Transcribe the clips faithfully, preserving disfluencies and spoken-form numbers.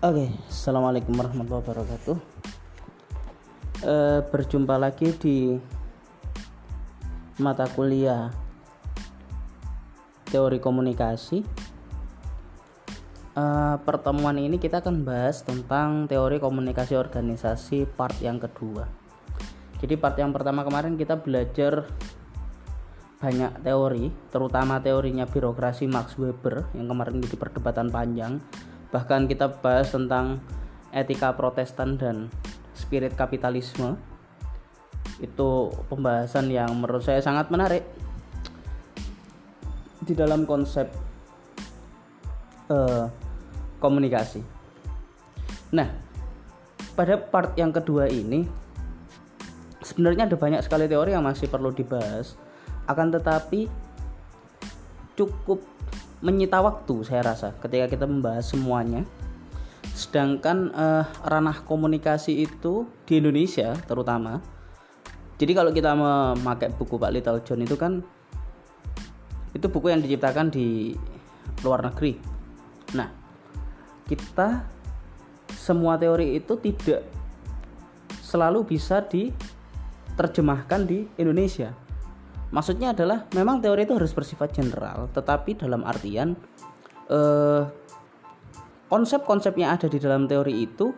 Oke, assalamualaikum warahmatullahi wabarakatuh. E, berjumpa lagi di mata kuliah teori komunikasi. E, pertemuan ini kita akan bahas tentang teori komunikasi organisasi part yang kedua. Jadi part yang pertama kemarin kita belajar banyak teori, terutama teorinya birokrasi Max Weber yang kemarin jadi perdebatan panjang. Bahkan kita bahas tentang etika Protestan dan spirit kapitalisme. Itu pembahasan yang menurut saya sangat menarik di dalam konsep uh, komunikasi. Nah, pada part yang kedua ini sebenarnya ada banyak sekali teori yang masih perlu dibahas, akan tetapi cukup menyita waktu saya rasa ketika kita membahas semuanya. Sedangkan eh, ranah komunikasi itu di Indonesia terutama, jadi kalau kita memakai buku Pak Littlejohn itu kan itu buku yang diciptakan di luar negeri. Nah, kita semua teori itu tidak selalu bisa diterjemahkan di Indonesia. Maksudnya adalah memang teori itu harus bersifat general, tetapi dalam artian eh, konsep-konsep yang ada di dalam teori itu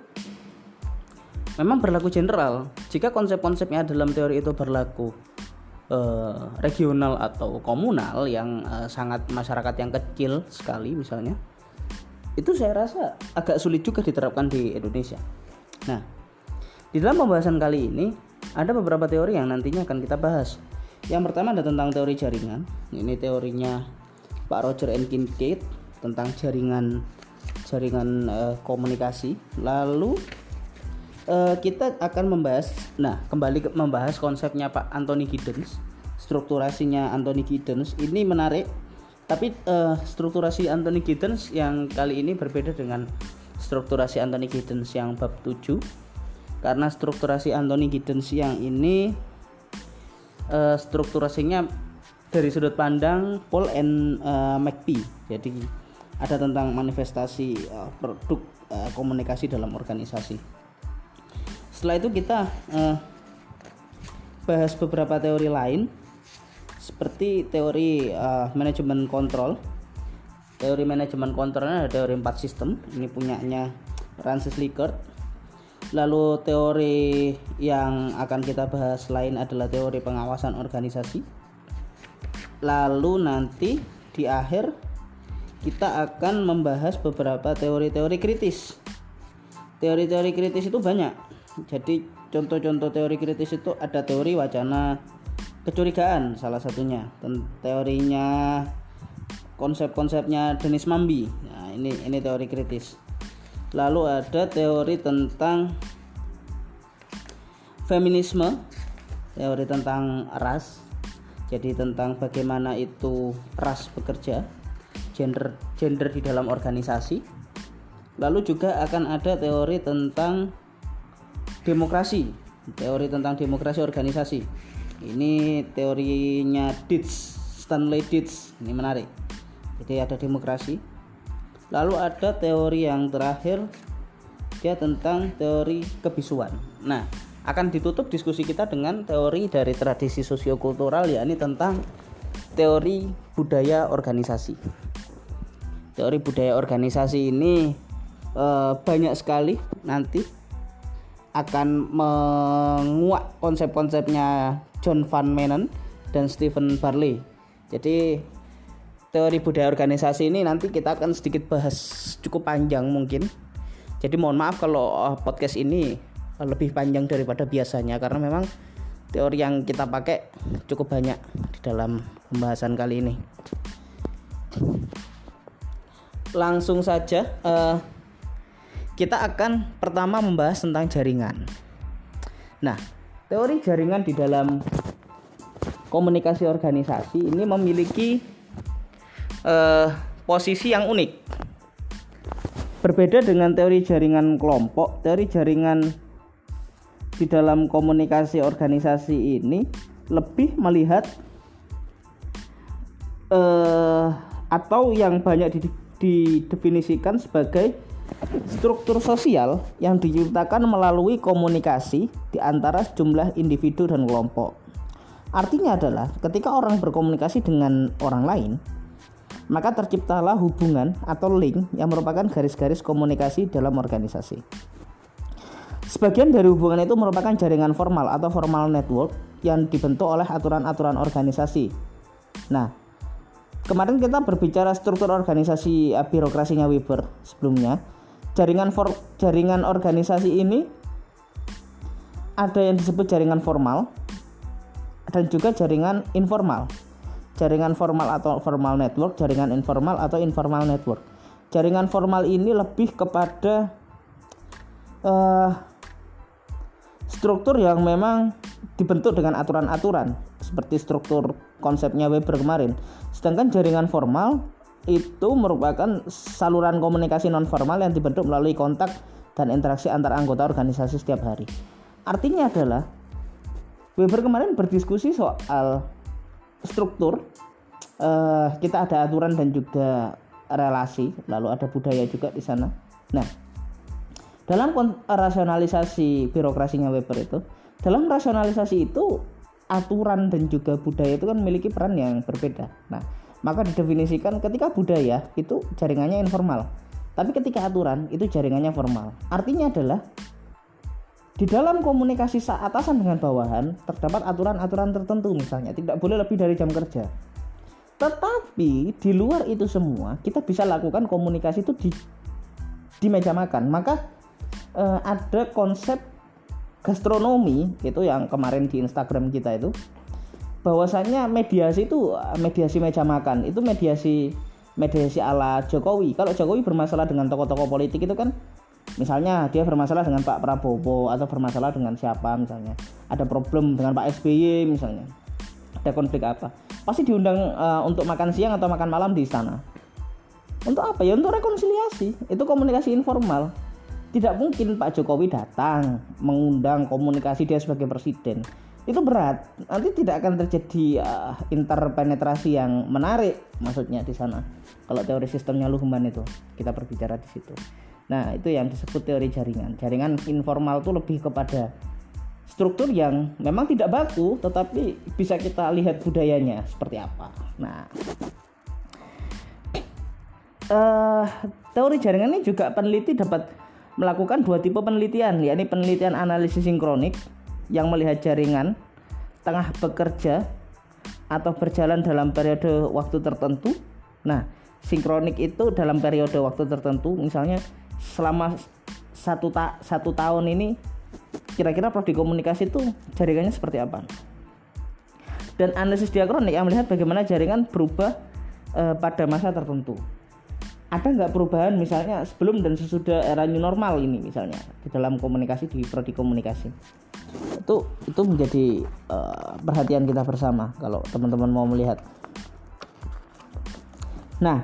memang berlaku general. Jika konsep-konsepnya dalam teori itu berlaku eh, regional atau komunal yang eh, sangat masyarakat yang kecil sekali misalnya, itu saya rasa agak sulit juga diterapkan di Indonesia. Nah, di dalam pembahasan kali ini ada beberapa teori yang nantinya akan kita bahas. Yang pertama ada tentang teori jaringan. Ini teorinya Pak Roger N. Kincaid tentang jaringan jaringan uh, komunikasi. Lalu uh, kita akan membahas, nah kembali ke membahas konsepnya Pak Anthony Giddens, strukturasinya Anthony Giddens. Ini menarik. Tapi uh, strukturasi Anthony Giddens yang kali ini berbeda dengan strukturasi Anthony Giddens yang bab tujuh. Karena strukturasi Anthony Giddens yang ini Uh, strukturasinya dari sudut pandang Paul and uh, McPhee. Jadi ada tentang manifestasi uh, produk uh, komunikasi dalam organisasi. Setelah itu kita uh, bahas beberapa teori lain seperti teori uh, manajemen kontrol. Teori manajemen kontrolnya ada teori empat sistem. Ini punyanya Francis Likert. Lalu teori yang akan kita bahas lain adalah teori pengawasan organisasi. Lalu nanti di akhir kita akan membahas beberapa teori-teori kritis. Teori-teori kritis itu banyak. Jadi contoh-contoh teori kritis itu ada teori wacana kecurigaan salah satunya. Teorinya konsep-konsepnya Dennis Mambi. Nah, ini ini teori kritis. Lalu ada teori tentang feminisme, teori tentang ras. Jadi tentang bagaimana itu ras bekerja, gender gender di dalam organisasi. Lalu juga akan ada teori tentang demokrasi, teori tentang demokrasi organisasi. Ini teorinya Dietz, Stanley Dietz. Ini menarik. Jadi ada demokrasi. Lalu ada teori yang terakhir, dia tentang teori kebisuan. Nah, akan ditutup diskusi kita dengan teori dari tradisi sosiokultural, yakni tentang teori budaya organisasi. Teori budaya organisasi ini eh, banyak sekali nanti akan menguak konsep-konsepnya John Van Manen dan Stephen Barley. Jadi teori budaya organisasi ini nanti kita akan sedikit bahas cukup panjang mungkin. Jadi mohon maaf kalau podcast ini lebih panjang daripada biasanya, karena memang teori yang kita pakai cukup banyak di dalam pembahasan kali ini. Langsung saja uh, kita akan pertama membahas tentang jaringan. Nah, teori jaringan di dalam komunikasi organisasi ini memiliki Uh, posisi yang unik. Berbeda dengan teori jaringan kelompok, teori jaringan di dalam komunikasi organisasi ini lebih melihat uh, atau yang banyak didefinisikan sebagai struktur sosial yang diciptakan melalui komunikasi di antara sejumlah individu dan kelompok. Artinya adalah ketika orang berkomunikasi dengan orang lain, maka terciptalah hubungan atau link yang merupakan garis-garis komunikasi dalam organisasi. Sebagian dari hubungan itu merupakan jaringan formal atau formal network yang dibentuk oleh aturan-aturan organisasi. Nah, kemarin kita berbicara struktur organisasi birokrasinya Weber sebelumnya. Jaringan for, jaringan organisasi ini ada yang disebut jaringan formal dan juga jaringan informal. Jaringan formal atau formal network, jaringan informal atau informal network. Jaringan formal ini lebih kepada uh, struktur yang memang dibentuk dengan aturan-aturan seperti struktur konsepnya Weber kemarin. Sedangkan jaringan formal itu merupakan saluran komunikasi non-formal yang dibentuk melalui kontak dan interaksi antar anggota organisasi setiap hari. Artinya adalah Weber kemarin berdiskusi soal struktur, uh, kita ada aturan dan juga relasi, lalu ada budaya juga di sana. Nah, dalam rasionalisasi birokrasinya Weber itu, dalam rasionalisasi itu aturan dan juga budaya itu kan memiliki peran yang berbeda. Nah, maka didefinisikan ketika budaya itu jaringannya informal, tapi ketika aturan itu jaringannya formal. Artinya adalah di dalam komunikasi atasan dengan bawahan terdapat aturan-aturan tertentu, misalnya tidak boleh lebih dari jam kerja. Tetapi di luar itu semua kita bisa lakukan komunikasi itu di di meja makan. Maka eh, ada konsep gastronomi itu yang kemarin di Instagram kita itu, bahwasanya mediasi itu mediasi meja makan itu mediasi mediasi ala Jokowi. Kalau Jokowi bermasalah dengan tokoh-tokoh politik itu kan, misalnya dia bermasalah dengan Pak Prabowo atau bermasalah dengan siapa, misalnya ada problem dengan Pak S B Y misalnya, ada konflik apa, pasti diundang uh, untuk makan siang atau makan malam di istana. Untuk apa ya? Untuk rekonsiliasi. Itu komunikasi informal. Tidak mungkin Pak Jokowi datang mengundang komunikasi dia sebagai presiden. Itu berat. Nanti tidak akan terjadi uh, interpenetrasi yang menarik, maksudnya di sana. Kalau teori sistemnya Luhmann itu kita berbicara di situ. Nah, itu yang disebut teori jaringan. Jaringan informal itu lebih kepada struktur yang memang tidak baku, tetapi bisa kita lihat budayanya seperti apa. Nah, uh, teori jaringan ini juga peneliti dapat melakukan dua tipe penelitian, yakni penelitian analisis sinkronik yang melihat jaringan tengah bekerja atau berjalan dalam periode waktu tertentu. Nah, sinkronik itu dalam periode waktu tertentu, misalnya selama satu, ta- satu tahun ini kira-kira prodi komunikasi itu jaringannya seperti apa. Dan analisis diakronik yang melihat bagaimana jaringan berubah e, pada masa tertentu. Ada nggak perubahan misalnya sebelum dan sesudah era new normal ini, misalnya di dalam komunikasi, di prodi komunikasi. Itu itu menjadi uh, perhatian kita bersama kalau teman-teman mau melihat. Nah,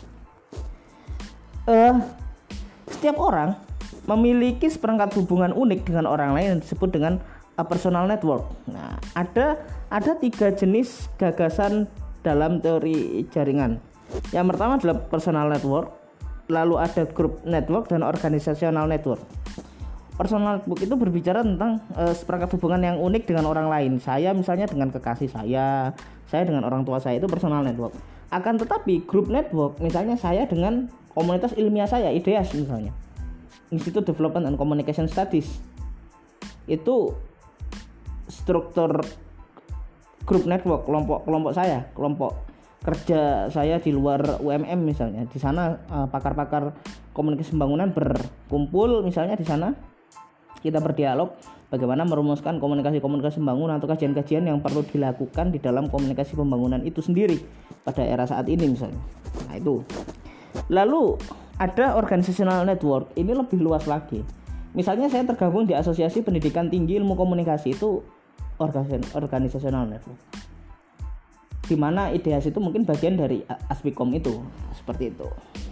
uh, setiap orang memiliki seperangkat hubungan unik dengan orang lain yang disebut dengan uh, personal network. Nah, ada ada tiga jenis gagasan dalam teori jaringan. Yang pertama adalah personal network, lalu ada group network dan organizational network. Personal network itu berbicara tentang e, seperangkat hubungan yang unik dengan orang lain. Saya misalnya dengan kekasih saya, saya dengan orang tua saya, itu personal network. Akan tetapi group network, misalnya saya dengan komunitas ilmiah saya, I D E A S misalnya, Institute Development and Communication Studies, itu struktur group network, kelompok kelompok saya, kelompok kerja saya di luar U M M misalnya. Di sana uh, pakar-pakar komunikasi pembangunan berkumpul, misalnya di sana kita berdialog bagaimana merumuskan komunikasi-komunikasi pembangunan atau kajian-kajian yang perlu dilakukan di dalam komunikasi pembangunan itu sendiri pada era saat ini misalnya. Nah, itu. Lalu ada organizational network, ini lebih luas lagi. Misalnya saya tergabung di Asosiasi Pendidikan Tinggi Ilmu Komunikasi, itu organizational network, di mana I D E A S itu mungkin bagian dari Aspikom itu, seperti itu.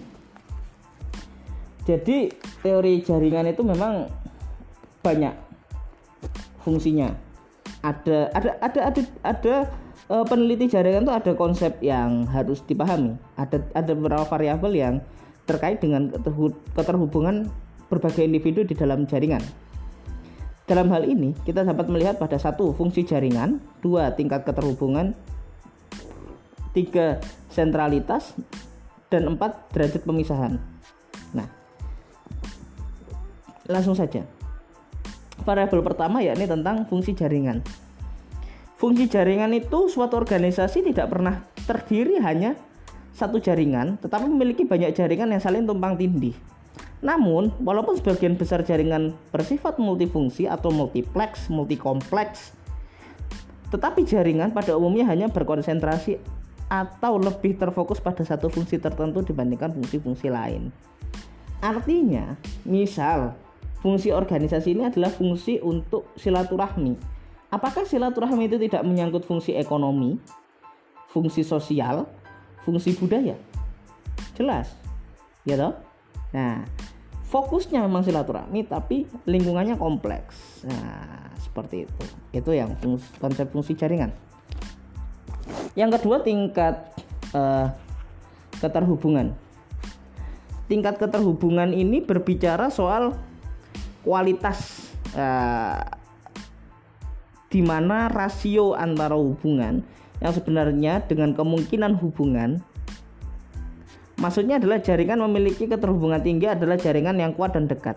Jadi teori jaringan itu memang banyak fungsinya. Ada ada ada ada ada uh, peneliti jaringan itu ada konsep yang harus dipahami. Ada ada beberapa variabel yang terkait dengan keterhubungan berbagai individu di dalam jaringan. Dalam hal ini, kita dapat melihat pada satu, fungsi jaringan, dua, tingkat keterhubungan, tiga, sentralitas, dan empat, derajat pemisahan. Nah, langsung saja. Variabel pertama yakni tentang fungsi jaringan. Fungsi jaringan itu suatu organisasi tidak pernah terdiri hanya satu jaringan, tetapi memiliki banyak jaringan yang saling tumpang tindih. Namun, walaupun sebagian besar jaringan bersifat multifungsi atau multiplex, multikompleks, tetapi jaringan pada umumnya hanya berkonsentrasi atau lebih terfokus pada satu fungsi tertentu dibandingkan fungsi-fungsi lain. Artinya, misal fungsi organisasi ini adalah fungsi untuk silaturahmi. Apakah silaturahmi itu tidak menyangkut fungsi ekonomi, fungsi sosial, fungsi budaya? Jelas, ya toh? Nah, fokusnya memang silaturahmi, tapi lingkungannya kompleks. Nah, seperti itu. Itu yang fungsi, konsep fungsi jaringan. Yang kedua, tingkat uh, keterhubungan. Tingkat keterhubungan ini berbicara soal kualitas, uh, di mana rasio antara hubungan yang sebenarnya dengan kemungkinan hubungan. Maksudnya adalah jaringan memiliki keterhubungan tinggi adalah jaringan yang kuat dan dekat.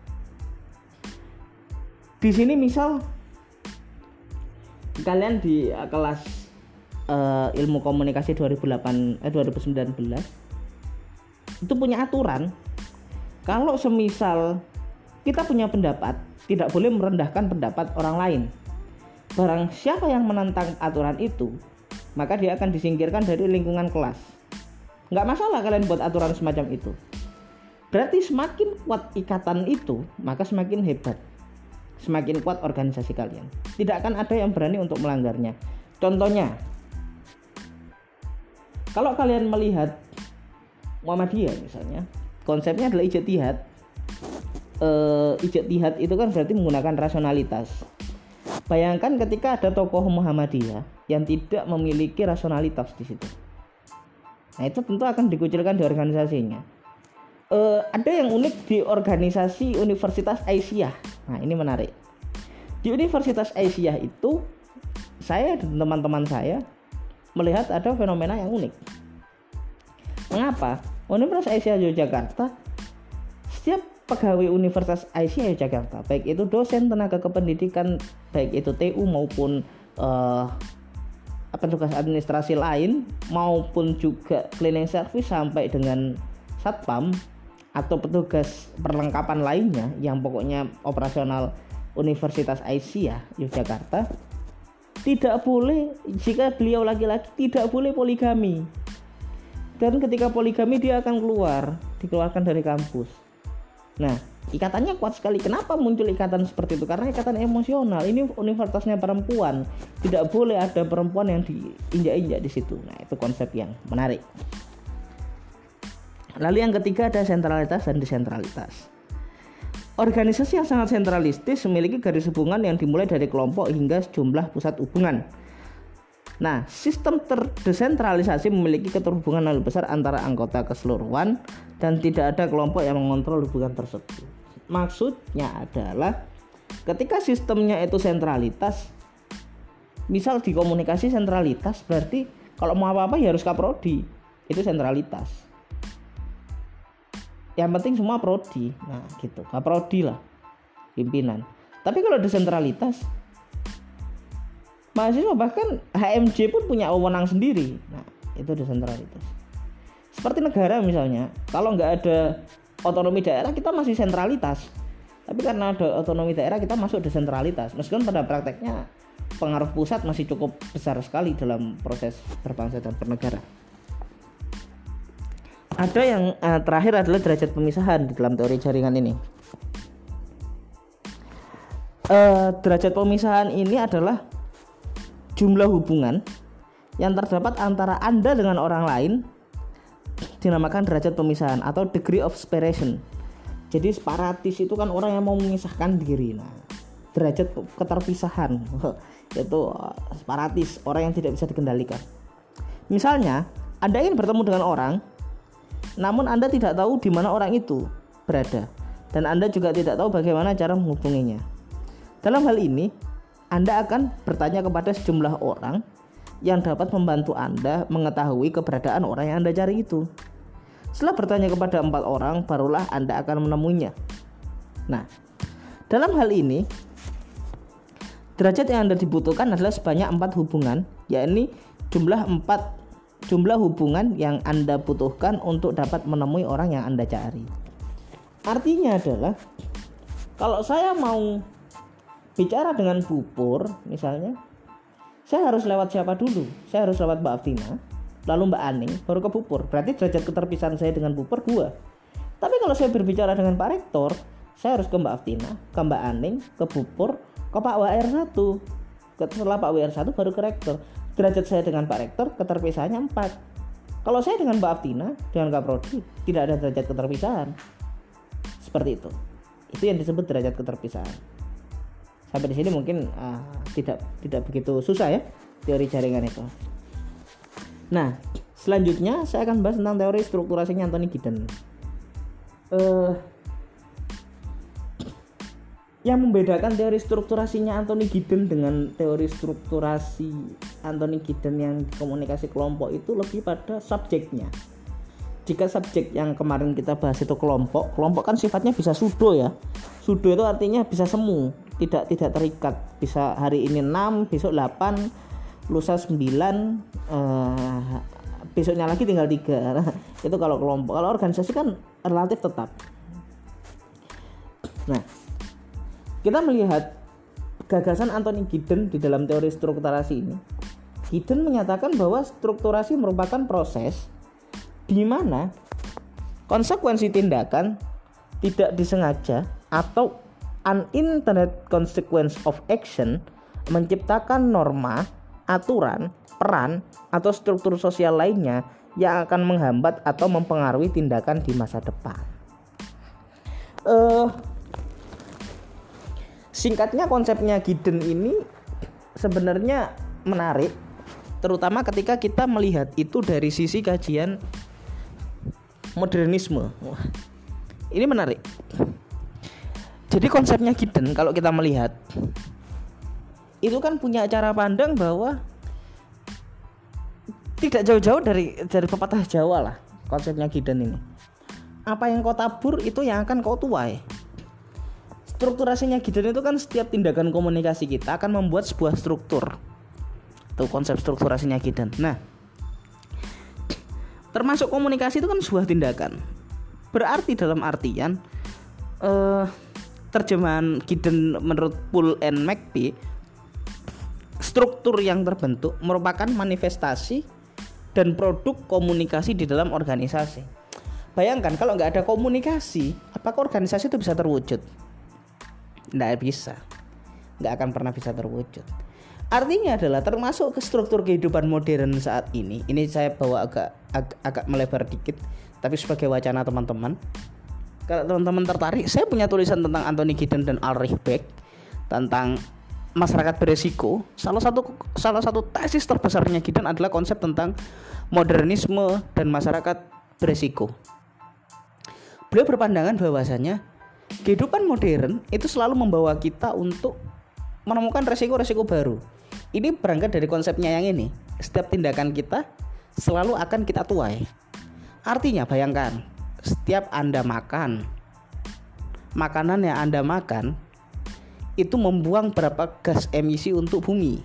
Di sini misal kalian di uh, kelas uh, ilmu komunikasi dua ribu delapan eh dua ribu sembilan belas itu punya aturan, kalau semisal kita punya pendapat, tidak boleh merendahkan pendapat orang lain. Barang siapa yang menentang aturan itu, maka dia akan disingkirkan dari lingkungan kelas. Nggak masalah kalian buat aturan semacam itu. Berarti semakin kuat ikatan itu, maka semakin hebat, semakin kuat organisasi kalian. Tidak akan ada yang berani untuk melanggarnya. Contohnya, kalau kalian melihat Muhammadiyah misalnya, konsepnya adalah ijtihad. E, ijtihad itu kan berarti menggunakan rasionalitas. Bayangkan ketika ada tokoh Muhammadiyah yang tidak memiliki rasionalitas di situ. Nah, itu tentu akan dikucilkan di organisasinya. E, ada yang unik di organisasi Universitas Aisyah. Nah, ini menarik. Di Universitas Aisyah itu, saya dan teman-teman saya melihat ada fenomena yang unik. Mengapa? Universitas Aisyah Yogyakarta, setiap pegawai Universitas Aisyah Yogyakarta, baik itu dosen, tenaga kependidikan, baik itu T U maupun uh, petugas administrasi lain, maupun juga cleaning service sampai dengan satpam atau petugas perlengkapan lainnya yang pokoknya operasional Universitas Aisyah Yogyakarta, tidak boleh, jika beliau laki-laki, tidak boleh poligami. Dan ketika poligami dia akan keluar, dikeluarkan dari kampus. Nah, ikatannya kuat sekali. Kenapa muncul ikatan seperti itu? Karena ikatan emosional. Ini universitasnya perempuan, tidak boleh ada perempuan yang diinjak-injak di situ. Nah, itu konsep yang menarik. Lalu yang ketiga ada sentralitas dan desentralitas. Organisasi yang sangat sentralistis memiliki garis hubungan yang dimulai dari kelompok hingga sejumlah pusat hubungan. Nah, sistem terdesentralisasi memiliki keterhubungan lebih besar antara anggota keseluruhan dan tidak ada kelompok yang mengontrol hubungan tersebut. Maksudnya adalah ketika sistemnya itu sentralitas, misal di komunikasi sentralitas, berarti kalau mau apa-apa ya harus kaprodi, itu sentralitas. Yang penting semua prodi, nah gitu, kaprodi lah pimpinan. Tapi kalau desentralitas, mahasiswa bahkan H M J pun punya wewenang sendiri. Nah, itu desentralitas. Seperti negara misalnya, kalau nggak ada otonomi daerah kita masih sentralitas. Tapi karena ada otonomi daerah kita masuk desentralitas. Meskipun pada prakteknya pengaruh pusat masih cukup besar sekali dalam proses berbangsa dan bernegara. Ada yang uh, terakhir adalah derajat pemisahan di dalam teori jaringan ini. Uh, derajat pemisahan ini adalah jumlah hubungan yang terdapat antara Anda dengan orang lain, dinamakan derajat pemisahan atau degree of separation. Jadi separatis itu kan orang yang mau memisahkan diri. Nah, derajat keterpisahan yaitu separatis, orang yang tidak bisa dikendalikan. Misalnya, Anda ingin bertemu dengan orang namun Anda tidak tahu di mana orang itu berada, dan Anda juga tidak tahu bagaimana cara menghubunginya. Dalam hal ini, Anda akan bertanya kepada sejumlah orang yang dapat membantu Anda mengetahui keberadaan orang yang Anda cari itu. Setelah bertanya kepada empat orang, barulah Anda akan menemuinya. Nah, dalam hal ini, derajat yang Anda dibutuhkan adalah sebanyak empat hubungan, yakni jumlah empat jumlah hubungan yang Anda butuhkan untuk dapat menemui orang yang Anda cari. Artinya adalah, kalau saya mau bicara dengan Bu Pur misalnya, saya harus lewat siapa dulu? Saya harus lewat Mbak Aftina, lalu Mbak Aning, baru ke Bu Pur. Berarti derajat keterpisahan saya dengan Bu Pur dua. Tapi kalau saya berbicara dengan Pak Rektor, saya harus ke Mbak Aftina, ke Mbak Aning, ke Bu Pur, ke Pak W R satu. Setelah Pak W R satu baru ke Rektor. Derajat saya dengan Pak Rektor keterpisahannya empat. Kalau saya dengan Mbak Aftina, dengan Kaprodi, tidak ada derajat keterpisahan. Seperti itu. Itu yang disebut derajat keterpisahan. Sampai di sini mungkin uh, tidak tidak begitu susah ya teori jaringan itu. Nah, selanjutnya saya akan bahas tentang teori strukturasinya Anthony Giddens. Uh, yang membedakan teori strukturasinya Anthony Giddens dengan teori strukturasi Anthony Giddens yang komunikasi kelompok itu lebih pada subjeknya. Jika subjek yang kemarin kita bahas itu kelompok, kelompok kan sifatnya bisa pseudo ya. Pseudo itu artinya bisa semu, tidak tidak terikat. Bisa hari ini enam, besok delapan, lusa sembilan, eh, besoknya lagi tinggal tiga. Itu kalau kelompok. Kalau organisasi kan relatif tetap. Nah, kita melihat gagasan Anthony Giddens di dalam teori strukturasi ini. Giddens menyatakan bahwa strukturasi merupakan proses di mana konsekuensi tindakan tidak disengaja atau unintended consequence of action menciptakan norma, aturan, peran, atau struktur sosial lainnya yang akan menghambat atau mempengaruhi tindakan di masa depan. Uh, Singkatnya, konsepnya Giddens ini sebenarnya menarik, terutama ketika kita melihat itu dari sisi kajian modernisme. Wah, ini menarik. Jadi konsepnya Giddens kalau kita melihat itu kan punya cara pandang bahwa tidak jauh-jauh dari dari pepatah Jawa lah konsepnya Giddens ini. Apa yang kau tabur itu yang akan kau tuai. Strukturasinya Giddens itu kan setiap tindakan komunikasi kita akan membuat sebuah struktur. Itu konsep strukturasinya Giddens. Nah, termasuk komunikasi itu kan sebuah tindakan. Berarti dalam artian eh, terjemahan Giddens menurut Poole and McPhee, struktur yang terbentuk merupakan manifestasi dan produk komunikasi di dalam organisasi. Bayangkan kalau nggak ada komunikasi, apakah organisasi itu bisa terwujud? Nggak bisa, nggak akan pernah bisa terwujud. Artinya adalah termasuk ke struktur kehidupan modern saat ini. Ini saya bawa agak agak, agak melebar dikit, tapi sebagai wacana teman-teman. Kalau teman-teman tertarik, saya punya tulisan tentang Anthony Giddens dan Ulrich Beck tentang masyarakat beresiko. Salah satu salah satu tesis terbesarnya Giddens adalah konsep tentang modernisme dan masyarakat beresiko. Beliau berpandangan bahwasanya kehidupan modern itu selalu membawa kita untuk menemukan resiko-resiko baru. Ini berangkat dari konsepnya yang ini. Setiap tindakan kita selalu akan kita tuai. Artinya bayangkan, setiap Anda makan, makanan yang Anda makan itu membuang berapa gas emisi untuk bumi.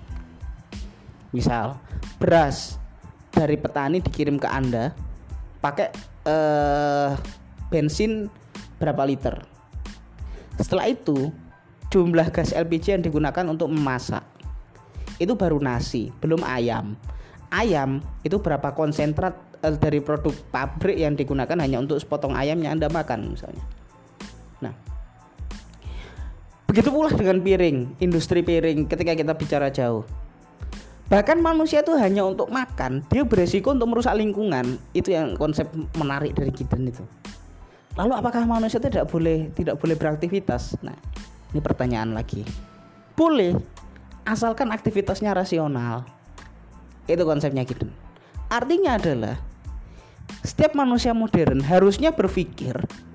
Misal beras dari petani dikirim ke Anda pakai eh, bensin berapa liter. Setelah itu jumlah gas L P G yang digunakan untuk memasak itu baru nasi, belum ayam. Ayam itu berapa konsentrat eh, dari produk pabrik yang digunakan hanya untuk sepotong ayam yang Anda makan misalnya. Nah, begitu pula dengan piring, industri piring ketika kita bicara jauh. Bahkan manusia itu hanya untuk makan, dia beresiko untuk merusak lingkungan. Itu yang konsep menarik dari Giddens itu. Lalu apakah manusia tidak boleh tidak boleh beraktivitas? Nah, ini pertanyaan lagi. Boleh, asalkan aktivitasnya rasional. Itu konsepnya Giddens. Artinya adalah setiap manusia modern harusnya berpikir,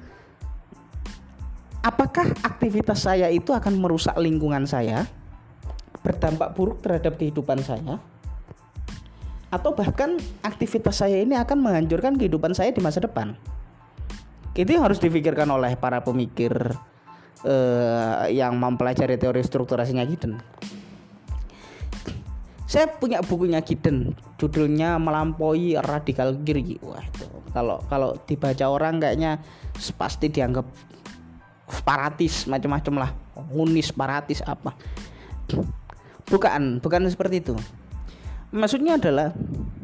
apakah aktivitas saya itu akan merusak lingkungan saya, berdampak buruk terhadap kehidupan saya, atau bahkan aktivitas saya ini akan menghancurkan kehidupan saya di masa depan. Itu yang harus difikirkan oleh para pemikir eh, yang mempelajari teori strukturasinya Giddens. Saya punya bukunya Giddens, judulnya Melampaui Radikal Kiri. Wah, itu kalau kalau dibaca orang kayaknya pasti dianggap separatis macam-macam lah, komunis, separatis apa. Bukan, bukan seperti itu. Maksudnya adalah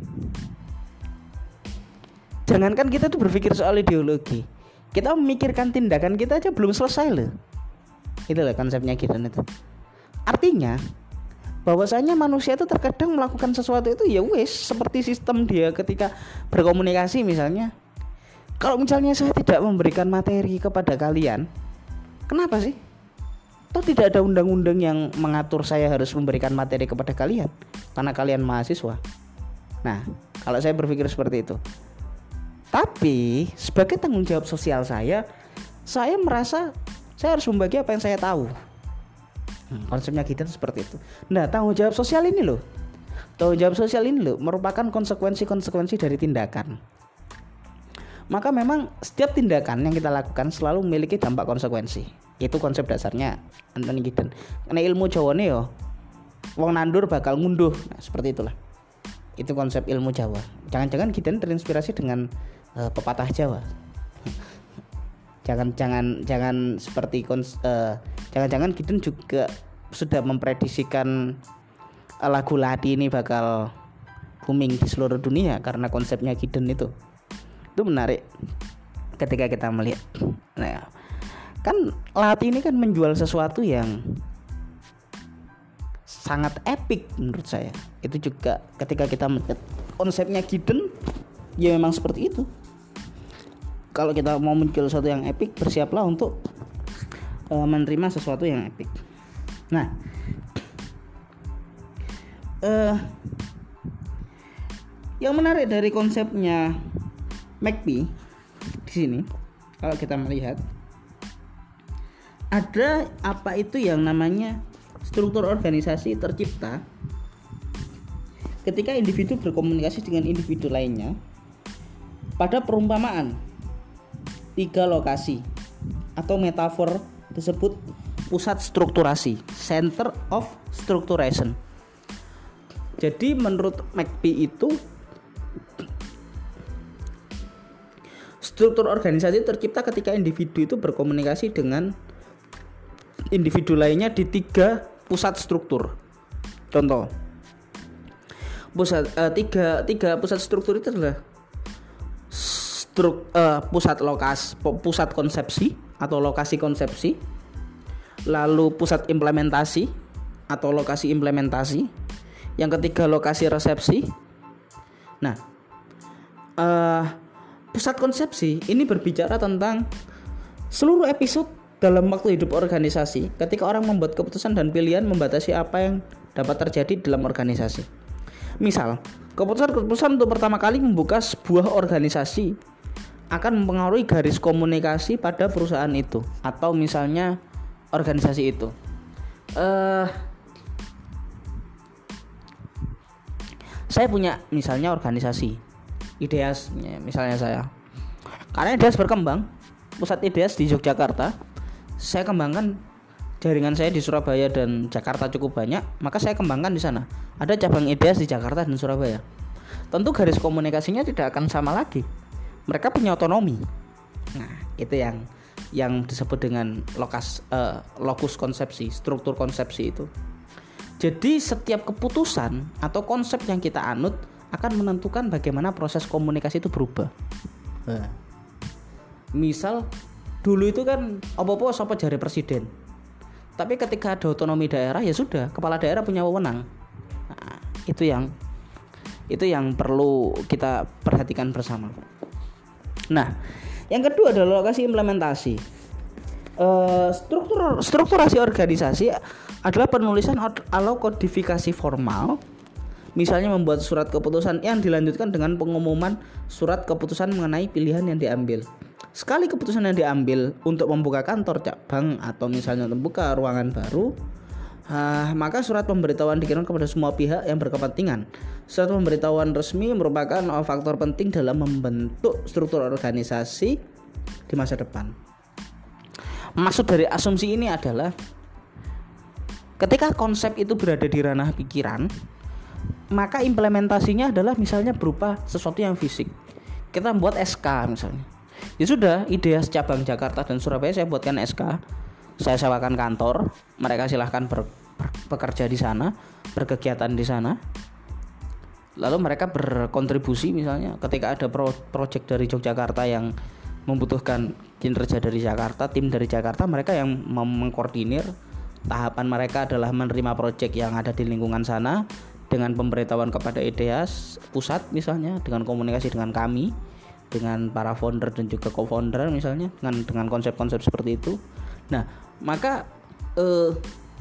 jangankan kita tuh berpikir soal ideologi, kita memikirkan tindakan kita aja belum selesai loh. Itulah konsepnya Giddens itu. Artinya bahwasanya manusia itu terkadang melakukan sesuatu itu ya wes seperti sistem dia ketika berkomunikasi misalnya. Kalau misalnya saya tidak memberikan materi kepada kalian, kenapa sih? Toh tidak ada undang-undang yang mengatur saya harus memberikan materi kepada kalian karena kalian mahasiswa. Nah, kalau saya berpikir seperti itu. Tapi sebagai tanggung jawab sosial saya, saya merasa saya harus membagi apa yang saya tahu. Hmm, konsepnya kita seperti itu. Nah, tanggung jawab sosial ini loh, tanggung jawab sosial ini loh merupakan konsekuensi-konsekuensi dari tindakan. Maka memang setiap tindakan yang kita lakukan selalu memiliki dampak konsekuensi. Itu konsep dasarnya Anthony Giddens. Karena ilmu Jawa nih yo, wong nandur bakal ngunduh. Nah, seperti itulah. Itu konsep ilmu Jawa. Jangan-jangan Giddens terinspirasi dengan uh, pepatah Jawa. Jangan jangan jangan seperti kons, uh, jangan-jangan Giddens juga sudah memprediksikan uh, lagu Ladi ini bakal booming di seluruh dunia karena konsepnya Giddens itu. Itu menarik ketika kita melihat. Nah, kan Ladi ini kan menjual sesuatu yang sangat epik menurut saya. Itu juga ketika kita melihat konsepnya Giddens ya memang seperti itu. Kalau kita mau menjual sesuatu yang epik, bersiaplah untuk uh, menerima sesuatu yang epik. Nah, uh, yang menarik dari konsepnya McPhee di sini, kalau kita melihat ada apa itu yang namanya struktur organisasi tercipta ketika individu berkomunikasi dengan individu lainnya pada perumpamaan tiga lokasi atau metafor disebut pusat strukturasi, center of structuration. Jadi menurut McPhee itu struktur organisasi tercipta ketika individu itu berkomunikasi dengan individu lainnya di tiga pusat struktur. Contoh, pusat uh, tiga tiga pusat struktur itu adalah struk, uh, pusat lokas pusat konsepsi atau lokasi konsepsi, lalu pusat implementasi atau lokasi implementasi, yang ketiga lokasi resepsi. Nah, uh, pusat konsepsi ini berbicara tentang seluruh episode dalam waktu hidup organisasi ketika orang membuat keputusan dan pilihan membatasi apa yang dapat terjadi dalam organisasi. Misal, keputusan-keputusan untuk pertama kali membuka sebuah organisasi akan mempengaruhi garis komunikasi pada perusahaan itu atau misalnya organisasi itu. Uh, saya punya misalnya organisasi Ideas, misalnya saya. Karena Ideas berkembang, pusat Ideas di Yogyakarta, saya kembangkan jaringan saya di Surabaya dan Jakarta cukup banyak, maka saya kembangkan di sana. Ada cabang Ideas di Jakarta dan Surabaya. Tentu garis komunikasinya tidak akan sama lagi. Mereka punya otonomi. Nah, itu yang yang disebut dengan lokas uh, lokus konsepsi, struktur konsepsi itu. Jadi setiap keputusan atau konsep yang kita anut akan menentukan bagaimana proses komunikasi itu berubah. Nah, misal dulu itu kan apa-apa sapa jare presiden. Tapi ketika ada otonomi daerah ya sudah, kepala daerah punya wewenang. Nah, itu yang itu yang perlu kita perhatikan bersama. Nah, yang kedua adalah lokasi implementasi. Uh, struktur strukturasi organisasi adalah penulisan atau kodifikasi formal Misalnya membuat surat keputusan yang dilanjutkan dengan pengumuman surat keputusan mengenai pilihan yang diambil. Sekali keputusan yang diambil untuk membuka kantor cabang atau misalnya membuka ruangan baru, uh, maka surat pemberitahuan dikirim kepada semua pihak yang berkepentingan. Surat pemberitahuan resmi merupakan faktor penting dalam membentuk struktur organisasi di masa depan. Maksud dari asumsi ini adalah ketika konsep itu berada di ranah pikiran, maka implementasinya adalah misalnya berupa sesuatu yang fisik. Kita membuat S K misalnya. Ya sudah, IDEAS cabang Jakarta dan Surabaya saya buatkan S K. Saya sewakan kantor, mereka silahkan ber, ber, bekerja di sana, berkegiatan di sana. Lalu mereka berkontribusi misalnya ketika ada pro, project dari Yogyakarta yang membutuhkan kinerja dari Jakarta, tim dari Jakarta, mereka yang mengkoordinir. Tahapan mereka adalah menerima proyek yang ada di lingkungan sana dengan pemberitahuan kepada IDEAS pusat misalnya, dengan komunikasi dengan kami, dengan para founder dan juga co-founder misalnya, dengan dengan konsep-konsep seperti itu. Nah, maka eh,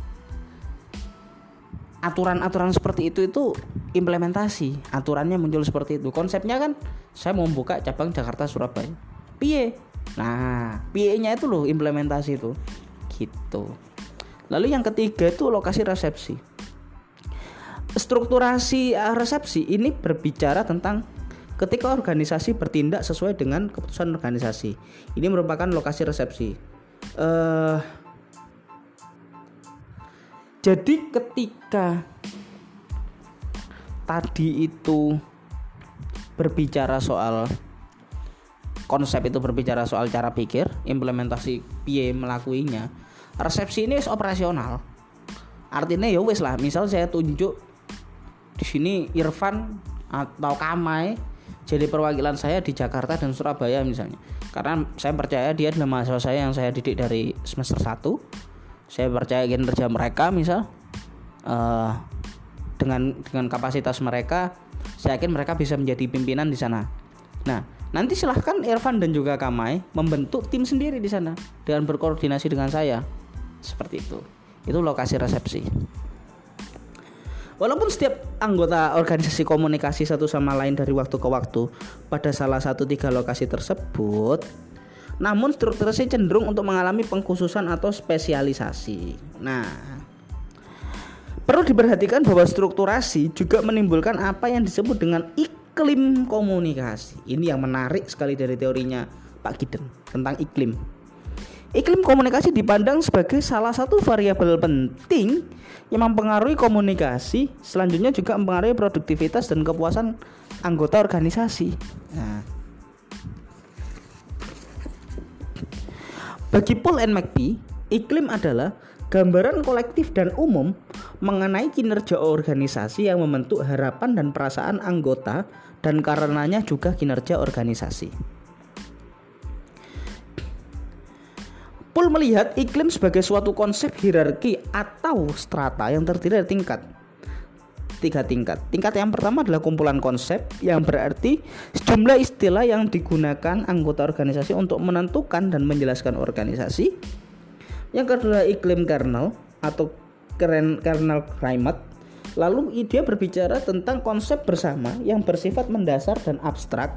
aturan-aturan seperti itu itu implementasi, aturannya muncul seperti itu. Konsepnya kan saya mau buka cabang Jakarta Surabaya. Piye? Nah, piye-nya itu loh implementasi itu. Gitu. Lalu yang ketiga itu lokasi resepsi. Strukturasi resepsi ini berbicara tentang ketika organisasi bertindak sesuai dengan keputusan organisasi. Ini merupakan lokasi resepsi. Uh, jadi ketika tadi itu berbicara soal konsep, itu berbicara soal cara pikir, implementasi piye melakuinya. Resepsi ini operasional. Artinya ya wes lah, misal saya tunjuk di sini Irfan atau Kamai jadi perwakilan saya di Jakarta dan Surabaya misalnya. Karena saya percaya dia adalah mahasiswa saya yang saya didik dari semester satu. Saya percaya kinerja mereka misal uh, dengan dengan kapasitas mereka, saya yakin mereka bisa menjadi pimpinan di sana. Nah, nanti silahkan Irfan dan juga Kamai membentuk tim sendiri di sana dengan berkoordinasi dengan saya. Seperti itu. Itu lokasi resepsi. Walaupun setiap anggota organisasi komunikasi satu sama lain dari waktu ke waktu pada salah satu tiga lokasi tersebut, namun strukturnya cenderung untuk mengalami pengkhususan atau spesialisasi. Nah, perlu diperhatikan bahwa strukturasi juga menimbulkan apa yang disebut dengan iklim komunikasi. Ini yang menarik sekali dari teorinya Pak Giden tentang iklim. Iklim komunikasi dipandang sebagai salah satu variabel penting yang mempengaruhi komunikasi, selanjutnya juga mempengaruhi produktivitas dan kepuasan anggota organisasi. Nah, bagi Poole and McBee, iklim adalah gambaran kolektif dan umum mengenai kinerja organisasi yang membentuk harapan dan perasaan anggota dan karenanya juga kinerja organisasi. Poole melihat iklim sebagai suatu konsep hierarki atau strata yang terdiri dari tingkat tiga tingkat. Tingkat yang pertama adalah kumpulan konsep, yang berarti sejumlah istilah yang digunakan anggota organisasi untuk menentukan dan menjelaskan organisasi. Yang kedua iklim kernel atau kernel climate. Lalu dia berbicara tentang konsep bersama yang bersifat mendasar dan abstrak.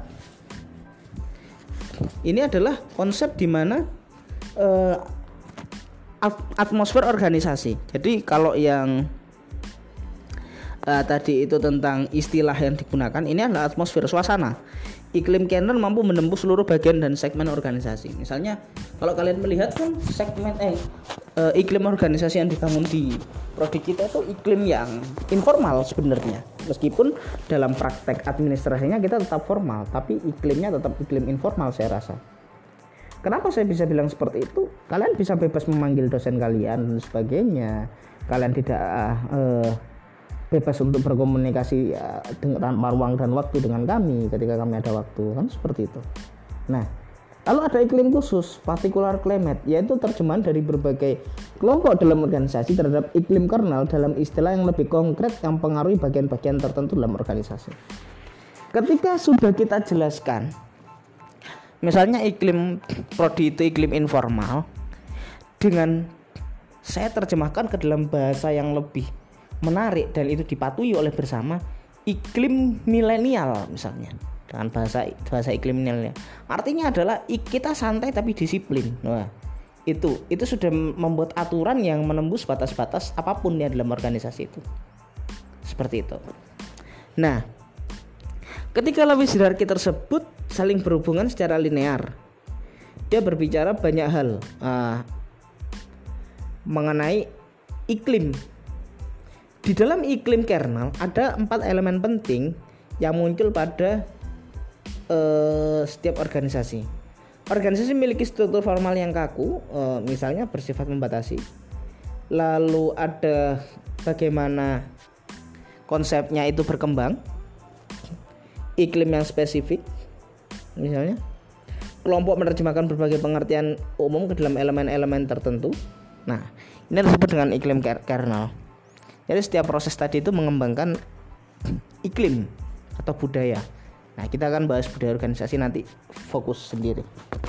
Ini adalah konsep di mana Uh, atmosfer organisasi. Jadi kalau yang uh, tadi itu tentang istilah yang digunakan, ini adalah atmosfer, suasana. Iklim kernel mampu menembus seluruh bagian dan segmen organisasi. Misalnya kalau kalian melihat kan segmen eh uh, iklim organisasi yang dibangun di prodi kita itu iklim yang informal sebenarnya. Meskipun dalam praktek administrasinya kita tetap formal, tapi iklimnya tetap iklim informal saya rasa. Kenapa saya bisa bilang seperti itu? Kalian bisa bebas memanggil dosen kalian dan sebagainya. Kalian tidak uh, bebas untuk berkomunikasi uh, dengan tanpa ruang dan waktu dengan kami ketika kami ada waktu, kan seperti itu. Nah, lalu ada iklim khusus, particular climate, yaitu terjemahan dari berbagai kelompok dalam organisasi terhadap iklim kernel dalam istilah yang lebih konkret yang mempengaruhi bagian-bagian tertentu dalam organisasi. Ketika sudah kita jelaskan, misalnya iklim prodi itu iklim informal, dengan saya terjemahkan ke dalam bahasa yang lebih menarik dan itu dipatuhi oleh bersama, iklim milenial misalnya, dengan bahasa bahasa iklim milenial. Artinya adalah kita santai tapi disiplin. Nah, itu itu sudah membuat aturan yang menembus batas-batas apapun yang dalam organisasi itu. Seperti itu. Nah, ketika lapis hierarki tersebut saling berhubungan secara linear, dia berbicara banyak hal uh, mengenai iklim. Di dalam iklim kernel ada empat elemen penting yang muncul pada uh, setiap organisasi. Organisasi memiliki struktur formal yang kaku, uh, misalnya bersifat membatasi. Lalu ada bagaimana konsepnya itu berkembang, iklim yang spesifik, misalnya kelompok menerjemahkan berbagai pengertian umum ke dalam elemen-elemen tertentu. Nah, ini disebut dengan iklim kernel. Jadi setiap proses tadi itu mengembangkan iklim atau budaya. Nah, kita akan bahas budaya organisasi nanti fokus sendiri.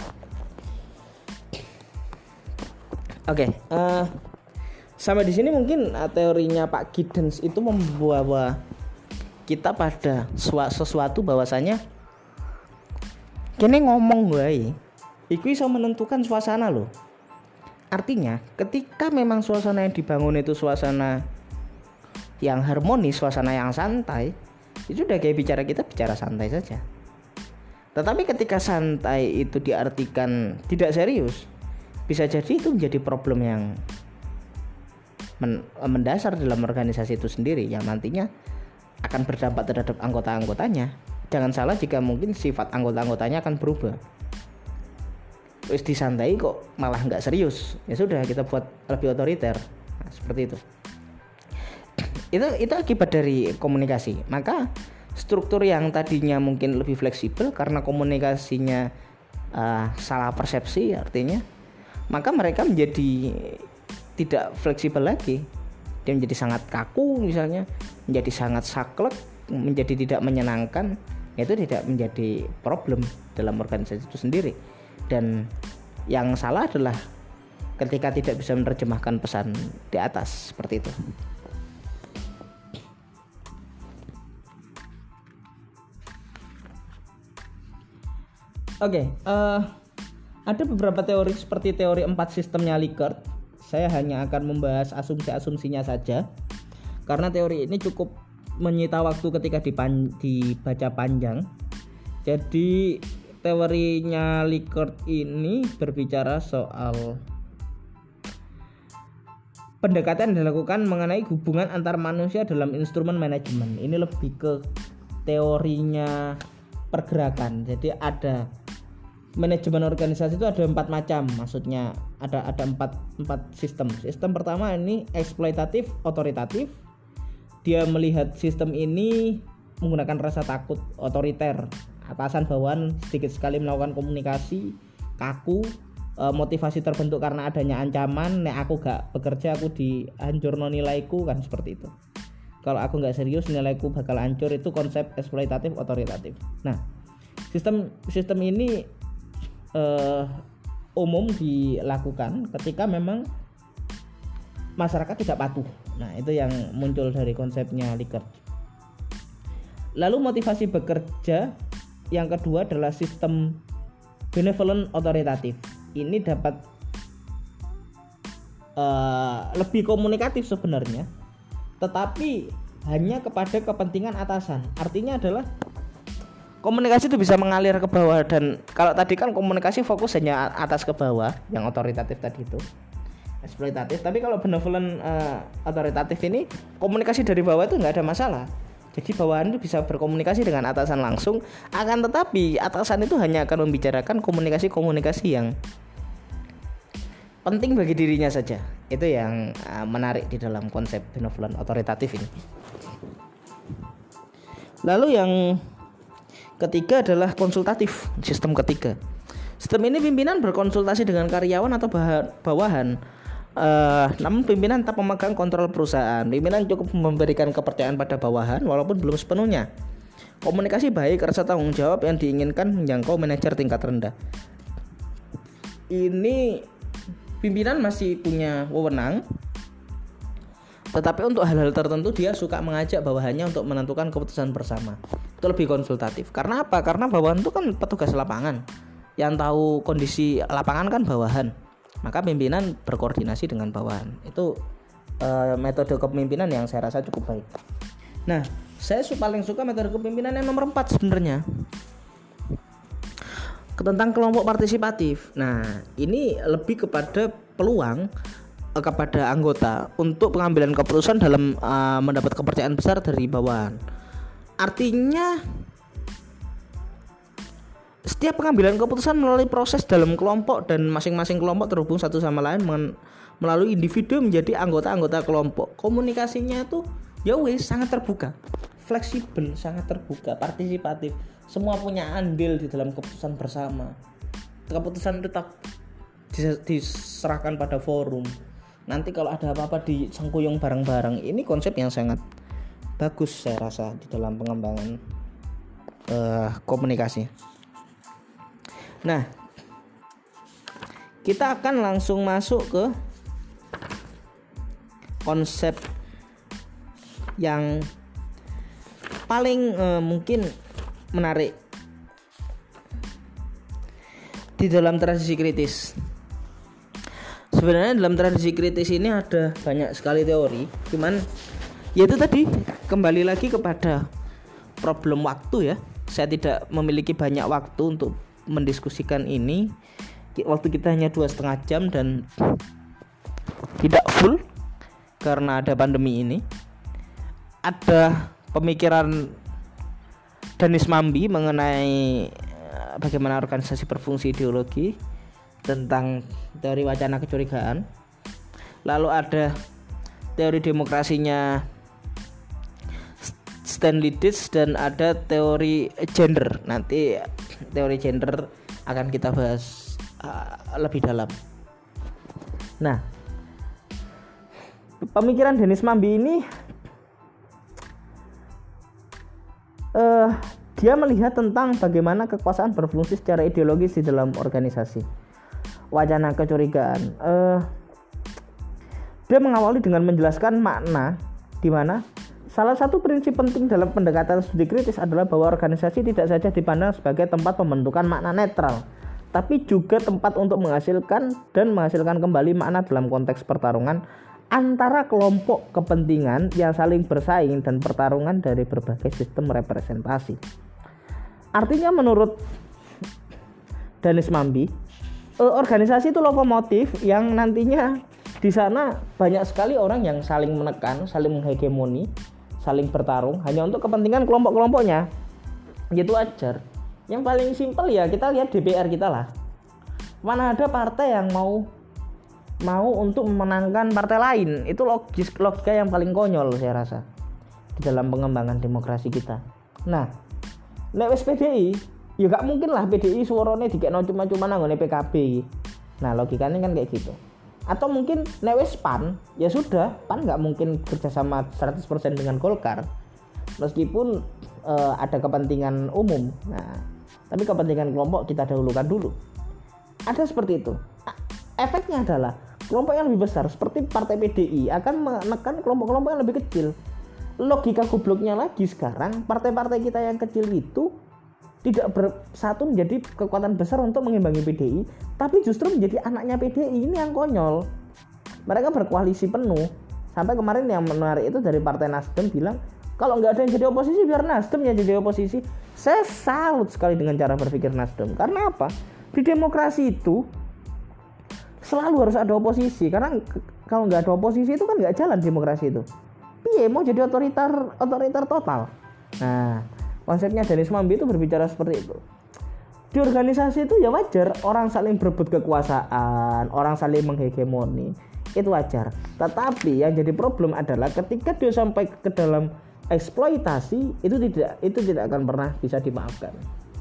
Oke, okay, uh, sampai di sini mungkin uh, teorinya Pak Giddens itu membawa kita pada sesuatu bahwasanya kene ngomong wae iku iso menentukan suasana loh. Artinya ketika memang suasana yang dibangun itu suasana yang harmonis, suasana yang santai, itu udah kayak bicara kita bicara santai saja. Tetapi ketika santai itu diartikan tidak serius, bisa jadi itu menjadi problem yang men- mendasar dalam organisasi itu sendiri, yang nantinya akan berdampak terhadap anggota-anggotanya. Jangan salah jika mungkin sifat anggota-anggotanya akan berubah. Wis disantai kok malah nggak serius, ya sudah kita buat lebih otoriter. Nah, seperti itu. Itu itu akibat dari komunikasi. Maka struktur yang tadinya mungkin lebih fleksibel karena komunikasinya uh, salah persepsi artinya, maka mereka menjadi tidak fleksibel lagi. Dia menjadi sangat kaku misalnya, menjadi sangat saklek, menjadi tidak menyenangkan. Itu tidak menjadi problem dalam organisasi itu sendiri. Dan yang salah adalah ketika tidak bisa menerjemahkan pesan di atas seperti itu. Oke, okay, uh, ada beberapa teori seperti teori empat sistemnya Likert. Saya hanya akan membahas asumsi-asumsinya saja karena teori ini cukup menyita waktu ketika dipan- dibaca panjang. Jadi teorinya Likert ini berbicara soal pendekatan yang dilakukan mengenai hubungan antar manusia dalam instrumen manajemen. Ini lebih ke teorinya pergerakan. Jadi ada manajemen organisasi itu ada empat macam, maksudnya ada ada empat empat sistem. Sistem pertama ini eksploitatif otoritatif. Dia melihat sistem ini menggunakan rasa takut otoriter, atasan bawahan sedikit sekali melakukan komunikasi kaku, e, motivasi terbentuk karena adanya ancaman, nek aku gak bekerja aku dihancurno nilaiku, kan seperti itu. Kalau aku gak serius nilaiku bakal hancur, itu konsep eksploitatif otoritatif. Nah, sistem sistem ini Uh, umum dilakukan ketika memang masyarakat tidak patuh. Nah, itu yang muncul dari konsepnya Likert. Lalu motivasi bekerja yang kedua adalah sistem benevolent otoritatif. Ini dapat uh, lebih komunikatif sebenarnya, tetapi hanya kepada kepentingan atasan. Artinya adalah komunikasi itu bisa mengalir ke bawah, dan kalau tadi kan komunikasi fokus hanya atas ke bawah yang otoritatif tadi itu eksploitatif, tapi kalau benevolent uh, otoritatif ini komunikasi dari bawah itu nggak ada masalah. Jadi bawahan itu bisa berkomunikasi dengan atasan langsung, akan tetapi atasan itu hanya akan membicarakan komunikasi-komunikasi yang penting bagi dirinya saja. Itu yang uh, menarik di dalam konsep benevolent otoritatif ini. Lalu yang ketiga adalah konsultatif, sistem ketiga. Sistem ini pimpinan berkonsultasi dengan karyawan atau bawahan. Uh, namun pimpinan tetap memegang kontrol perusahaan. Pimpinan cukup memberikan kepercayaan pada bawahan walaupun belum sepenuhnya. Komunikasi baik, rasa tanggung jawab yang diinginkan menjangkau manajer tingkat rendah. Ini pimpinan masih punya wewenang Tetapi untuk hal-hal tertentu dia suka mengajak bawahannya untuk menentukan keputusan bersama. Itu lebih konsultatif. Karena apa? Karena bawahan itu kan petugas lapangan. Yang tahu kondisi lapangan kan bawahan. Maka pimpinan berkoordinasi dengan bawahan. Itu uh, metode kepemimpinan yang saya rasa cukup baik. Nah, saya paling suka metode kepemimpinan yang nomor empat sebenarnya. Tentang kelompok partisipatif. Nah, ini lebih kepada peluang kepada anggota untuk pengambilan keputusan dalam uh, mendapat kepercayaan besar dari bawahan. Artinya setiap pengambilan keputusan melalui proses dalam kelompok dan masing-masing kelompok terhubung satu sama lain men- melalui individu menjadi anggota-anggota kelompok. Komunikasinya itu ya wes sangat terbuka, fleksibel, sangat terbuka, partisipatif. Semua punya andil di dalam keputusan bersama. Keputusan tetap diserahkan pada forum. Nanti kalau ada apa-apa disengkuyung bareng-bareng. Ini konsep yang sangat bagus saya rasa di dalam pengembangan uh, komunikasi. Nah, kita akan langsung masuk ke konsep yang paling uh, mungkin menarik di dalam transisi kritis. Sebenarnya dalam tradisi kritis ini ada banyak sekali teori, cuman yaitu tadi kembali lagi kepada problem waktu ya. Saya tidak memiliki banyak waktu untuk mendiskusikan ini. Waktu kita hanya dua setengah jam dan tidak full karena ada pandemi ini. Ada pemikiran Danis Mambi mengenai bagaimana organisasi berfungsi ideologi, tentang teori wacana kecurigaan. Lalu ada teori demokrasinya Stanley Dietz dan ada teori gender. Nanti teori gender akan kita bahas uh, lebih dalam. Nah, pemikiran Danis Mambi ini uh, dia melihat tentang bagaimana kekuasaan berfungsi secara ideologis di dalam organisasi. Wacana kecurigaan. Uh, dia mengawali dengan menjelaskan makna di mana salah satu prinsip penting dalam pendekatan studi kritis adalah bahwa organisasi tidak saja dipandang sebagai tempat pembentukan makna netral, tapi juga tempat untuk menghasilkan dan menghasilkan kembali makna dalam konteks pertarungan antara kelompok kepentingan yang saling bersaing dan pertarungan dari berbagai sistem representasi. Artinya menurut Danis Mambi, organisasi itu lokomotif yang nantinya di sana banyak sekali orang yang saling menekan, saling menghegemoni, saling bertarung hanya untuk kepentingan kelompok-kelompoknya. Gitu aja. Yang paling simpel ya kita lihat D P R kita lah. Mana ada partai yang mau mau untuk memenangkan partai lain? Itu logis logika yang paling konyol saya rasa di dalam pengembangan demokrasi kita. Nah, nek wis P D I ya gak mungkin lah P D I suarane dikekno cuma-cuma nanggone P K B. Nah, logikanya kan kayak gitu. Atau mungkin nek wis P A N, ya sudah, P A N gak mungkin kerjasama seratus persen dengan Golkar. Meskipun uh, ada kepentingan umum. Nah, tapi kepentingan kelompok kita dahulukan dulu. Ada seperti itu. Efeknya adalah kelompok yang lebih besar seperti partai P D I akan menekan kelompok-kelompok yang lebih kecil. Logika gobloknya lagi sekarang, partai-partai kita yang kecil itu tidak bersatu menjadi kekuatan besar untuk mengimbangi P D I, tapi justru menjadi anaknya P D I. Ini yang konyol. Mereka berkoalisi penuh. Sampai kemarin yang menarik itu dari Partai Nasdem bilang, kalau nggak ada yang jadi oposisi biar Nasdem yang jadi oposisi. Saya salut sekali dengan cara berpikir Nasdem. Karena apa? Di demokrasi itu selalu harus ada oposisi. Karena kalau nggak ada oposisi itu kan nggak jalan demokrasi itu. Piye mau jadi otoriter otoriter total. Nah, konsepnya Danis Mambi itu berbicara seperti itu. Di organisasi itu ya wajar orang saling berebut kekuasaan, orang saling menghegemoni, itu wajar. Tetapi yang jadi problem adalah ketika dia sampai ke dalam eksploitasi, itu tidak itu tidak akan pernah bisa dimaafkan.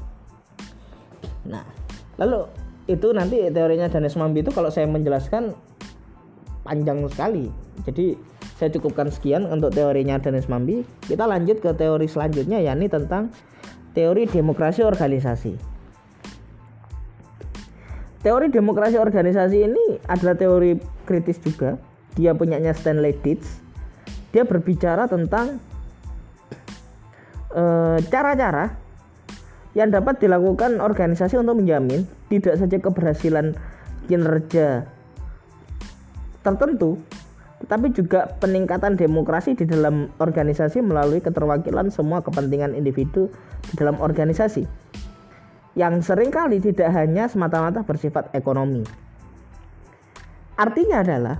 Nah, lalu itu nanti teorinya Danis Mambi itu kalau saya menjelaskan panjang sekali. Jadi saya cukupkan sekian untuk teorinya Danis Mambi. Kita lanjut ke teori selanjutnya, yakni tentang teori demokrasi organisasi. Teori demokrasi organisasi ini adalah teori kritis juga. Dia punyanya Stanley Dietz. dia berbicara tentang e, cara-cara yang dapat dilakukan organisasi untuk menjamin tidak saja keberhasilan kinerja tertentu, tetapi juga peningkatan demokrasi di dalam organisasi melalui keterwakilan semua kepentingan individu di dalam organisasi, yang seringkali tidak hanya semata-mata bersifat ekonomi. Artinya adalah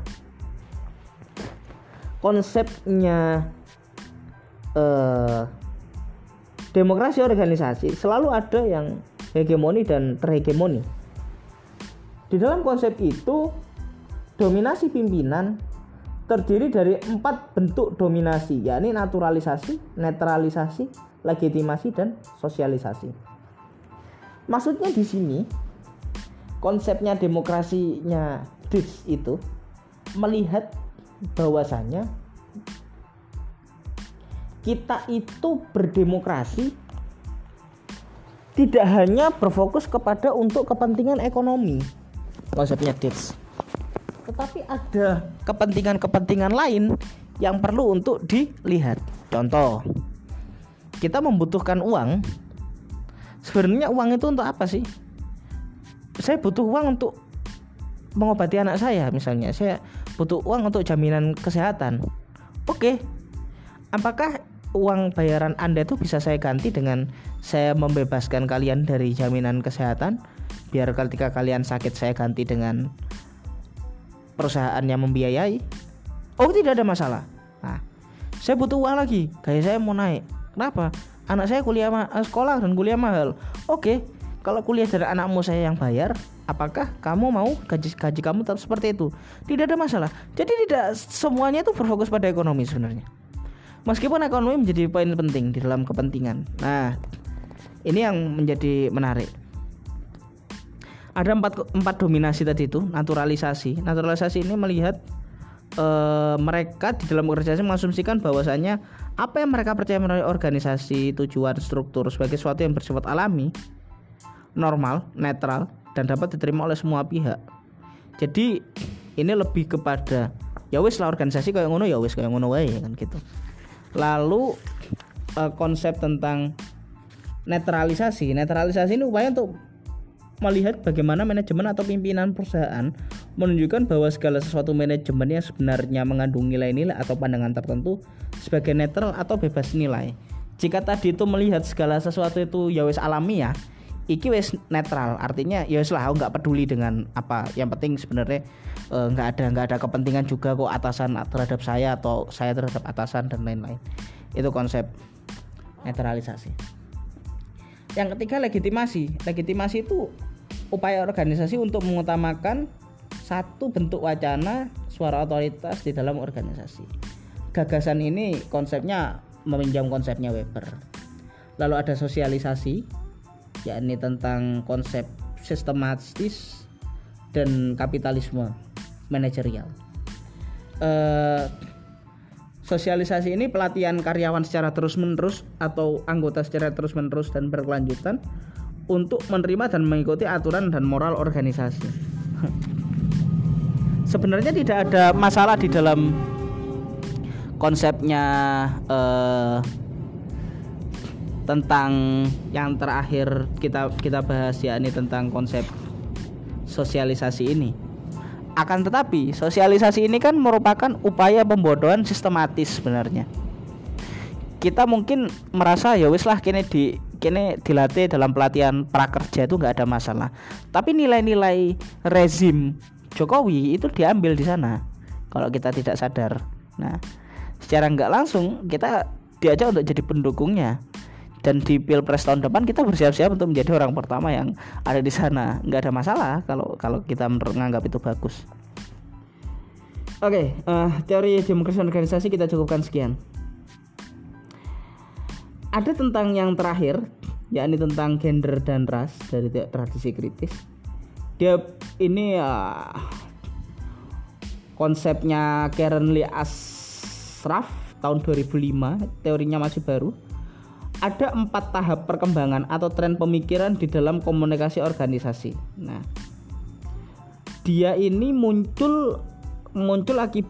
konsepnya eh, demokrasi organisasi selalu ada yang hegemoni dan terhegemoni. Di dalam konsep itu, dominasi pimpinan terdiri dari empat bentuk dominasi, yakni naturalisasi, netralisasi, legitimasi, dan sosialisasi. Maksudnya di sini konsepnya demokrasinya Ditsch itu melihat bahwasanya kita itu berdemokrasi tidak hanya berfokus kepada untuk kepentingan ekonomi, konsepnya Ditsch, tetapi ada kepentingan-kepentingan lain yang perlu untuk dilihat. Contoh, kita membutuhkan uang. Sebenarnya uang itu untuk apa sih? Saya butuh uang untuk mengobati anak saya misalnya. Saya butuh uang untuk jaminan kesehatan. Oke, apakah uang bayaran Anda itu bisa saya ganti dengan saya membebaskan kalian dari jaminan kesehatan, biar ketika kalian sakit saya ganti dengan perusahaan yang membiayai? Oh, tidak ada masalah. Nah, saya butuh uang lagi, gaya saya mau naik. Kenapa? Anak saya kuliah ma- sekolah dan kuliah mahal. Oke, kalau kuliah dari anakmu saya yang bayar, apakah kamu mau gaji gaji kamu tetap seperti itu? Tidak ada masalah. Jadi tidak semuanya itu berfokus pada ekonomi sebenarnya. Meskipun ekonomi menjadi poin penting di dalam kepentingan. Nah, ini yang menjadi menarik. Ada empat empat dominasi tadi itu, naturalisasi. Naturalisasi ini melihat e, mereka di dalam organisasi mengasumsikan bahwasanya apa yang mereka percaya melalui organisasi, tujuan, struktur sebagai sesuatu yang bersifat alami, normal, netral, dan dapat diterima oleh semua pihak. Jadi ini lebih kepada ya wis lah organisasi kayak ngono, ya wis kayak ngono wae kan gitu. Lalu e, konsep tentang netralisasi. Netralisasi ini upaya untuk melihat bagaimana manajemen atau pimpinan perusahaan menunjukkan bahwa segala sesuatu manajemen yang sebenarnya mengandung nilai-nilai atau pandangan tertentu sebagai netral atau bebas nilai. Jika tadi itu melihat segala sesuatu itu ya wis alamiah, iki wis netral, artinya ya wis lah aku nggak peduli dengan apa, yang penting sebenarnya nggak e, ada nggak ada kepentingan juga kok atasan terhadap saya atau saya terhadap atasan dan lain-lain. Itu konsep netralisasi. Yang ketiga, legitimasi. Legitimasi itu upaya organisasi untuk mengutamakan satu bentuk wacana suara otoritas di dalam organisasi. Gagasan ini konsepnya meminjam konsepnya Weber. Lalu ada sosialisasi, yakni tentang konsep sistematis dan kapitalisme manajerial. Eh, Sosialisasi ini pelatihan karyawan secara terus-menerus atau anggota secara terus-menerus dan berkelanjutan untuk menerima dan mengikuti aturan dan moral organisasi. Sebenarnya tidak ada masalah di dalam konsepnya eh, tentang yang terakhir kita kita bahas, yakni tentang konsep sosialisasi ini. Akan tetapi sosialisasi ini kan merupakan upaya pembodohan sistematis sebenarnya. Kita mungkin merasa ya wis lah kene di kene dilatih dalam pelatihan prakerja itu nggak ada masalah. Tapi nilai-nilai rezim Jokowi itu diambil di sana kalau kita tidak sadar. Nah, secara nggak langsung kita diajak untuk jadi pendukungnya. Dan di Pilpres tahun depan kita bersiap-siap untuk menjadi orang pertama yang ada di sana. Nggak ada masalah kalau kalau kita menganggap itu bagus. Oke, okay, uh, teori demokrasi organisasi kita cukupkan sekian. Ada tentang yang terakhir, yakni tentang gender dan ras dari tradisi kritis. Dia ini uh, konsepnya Karen Lee Ashraf tahun dua ribu lima, teorinya masih baru. Ada empat tahap perkembangan atau tren pemikiran di dalam komunikasi organisasi. Nah, dia ini muncul muncul akibat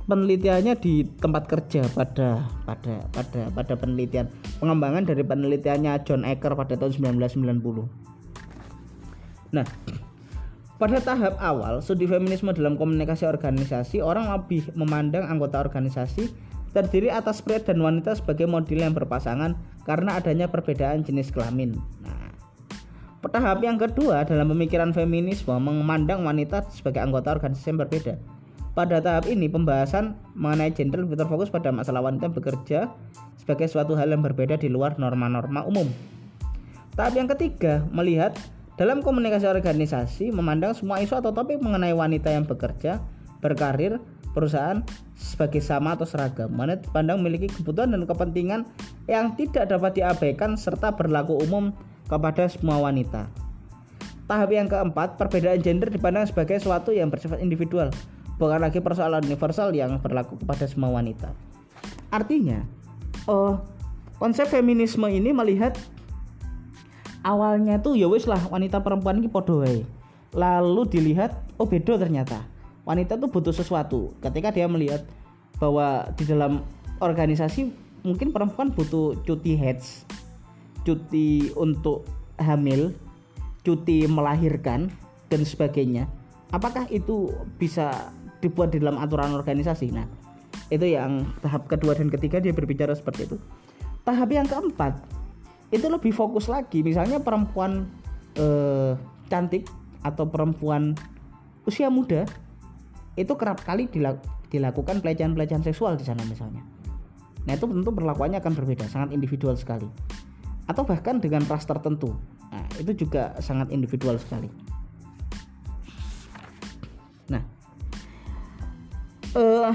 penelitiannya di tempat kerja pada pada pada pada penelitian pengembangan dari penelitiannya John Ecker pada tahun sembilan belas sembilan puluh. Nah, pada tahap awal studi feminisme dalam komunikasi organisasi, orang lebih memandang anggota organisasi terdiri atas pria dan wanita sebagai model yang berpasangan karena adanya perbedaan jenis kelamin. Nah, tahap yang kedua dalam pemikiran feminisme memandang wanita sebagai anggota organisasi yang berbeda. Pada tahap ini pembahasan mengenai gender lebih terfokus pada masalah wanita bekerja sebagai suatu hal yang berbeda di luar norma-norma umum. Tahap yang ketiga melihat dalam komunikasi organisasi memandang semua isu atau topik mengenai wanita yang bekerja, berkarir, perusahaan sebagai sama atau seragam. Wanita dipandang memiliki kebutuhan dan kepentingan yang tidak dapat diabaikan serta berlaku umum kepada semua wanita. Tahap yang keempat, perbedaan gender dipandang sebagai sesuatu yang bersifat individual, bukan lagi persoalan universal yang berlaku kepada semua wanita. Artinya, uh, konsep feminisme ini melihat awalnya tuh ya wis lah wanita perempuan ini podo wae. Lalu dilihat oh beda ternyata. Wanita tuh butuh sesuatu. Ketika dia melihat bahwa di dalam organisasi mungkin perempuan butuh cuti haid, cuti untuk hamil, cuti melahirkan dan sebagainya. Apakah itu bisa dibuat di dalam aturan organisasi? Nah, itu yang tahap kedua dan ketiga dia berbicara seperti itu. Tahap yang keempat itu lebih fokus lagi, misalnya perempuan eh, cantik atau perempuan usia muda itu kerap kali dilak- dilakukan pelecehan-pelecehan seksual di sana misalnya. Nah, itu tentu perlakuannya akan berbeda, sangat individual sekali. Atau bahkan dengan ras tertentu. Nah, itu juga sangat individual sekali. Nah, uh,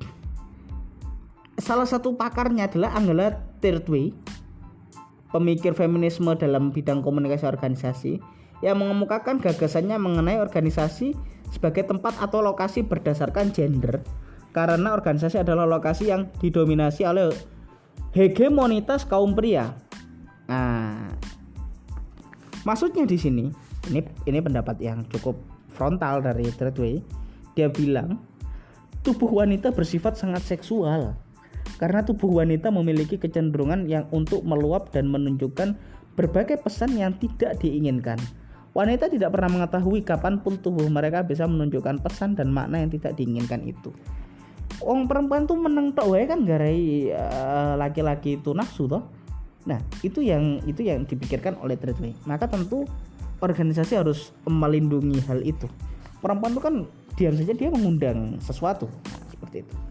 salah satu pakarnya adalah Angela Tirtway, pemikir feminisme dalam bidang komunikasi organisasi, yang mengemukakan gagasannya mengenai organisasi sebagai tempat atau lokasi berdasarkan gender, karena organisasi adalah lokasi yang didominasi oleh hegemonitas kaum pria. Nah, maksudnya di sini, ini ini pendapat yang cukup frontal dari Tirtway. Dia bilang tubuh wanita bersifat sangat seksual karena tubuh wanita memiliki kecenderungan yang untuk meluap dan menunjukkan berbagai pesan yang tidak diinginkan. Wanita tidak pernah mengetahui kapanpun tubuh mereka bisa menunjukkan pesan dan makna yang tidak diinginkan itu. Wong perempuan tuh meneng tok wae kan garai uh, laki-laki itu nafsu toh. Nah, itu yang itu yang dipikirkan oleh Tirtway. Maka tentu organisasi harus melindungi hal itu. Perempuan itu kan diam saja dia mengundang sesuatu. Nah, seperti itu.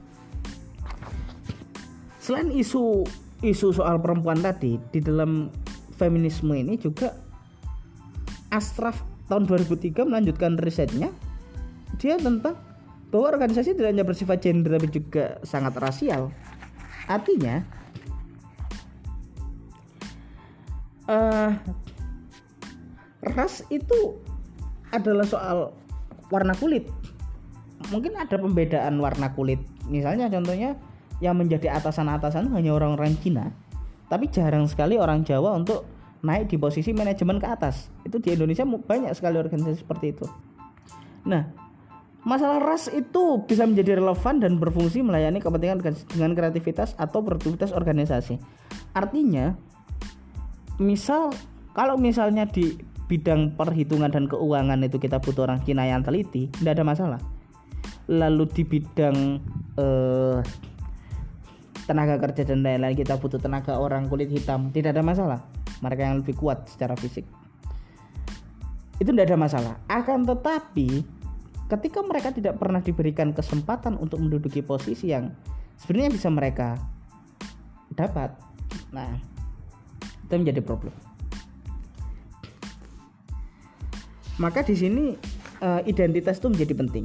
Selain isu isu soal perempuan tadi, di dalam feminisme ini juga Ashraf tahun dua ribu tiga melanjutkan risetnya. Dia tentang bahwa organisasi tidak hanya bersifat gender tapi juga sangat rasial. Artinya uh, ras itu adalah soal warna kulit. Mungkin ada pembedaan warna kulit. Misalnya contohnya yang menjadi atasan-atasan hanya orang-orang Cina, tapi jarang sekali orang Jawa untuk naik di posisi manajemen ke atas. Itu di Indonesia banyak sekali organisasi seperti itu. Nah, masalah ras itu bisa menjadi relevan dan berfungsi melayani kepentingan dengan kreativitas atau produktivitas organisasi. Artinya, misal kalau misalnya di bidang perhitungan dan keuangan itu kita butuh orang Cina yang teliti, tidak ada masalah. Lalu di bidang eh, tenaga kerja dan lain-lain kita butuh tenaga orang kulit hitam, tidak ada masalah. Mereka yang lebih kuat secara fisik, itu tidak ada masalah. Akan tetapi ketika mereka tidak pernah diberikan kesempatan untuk menduduki posisi yang sebenarnya bisa mereka dapat, nah itu menjadi problem. Maka di sini uh, identitas itu menjadi penting.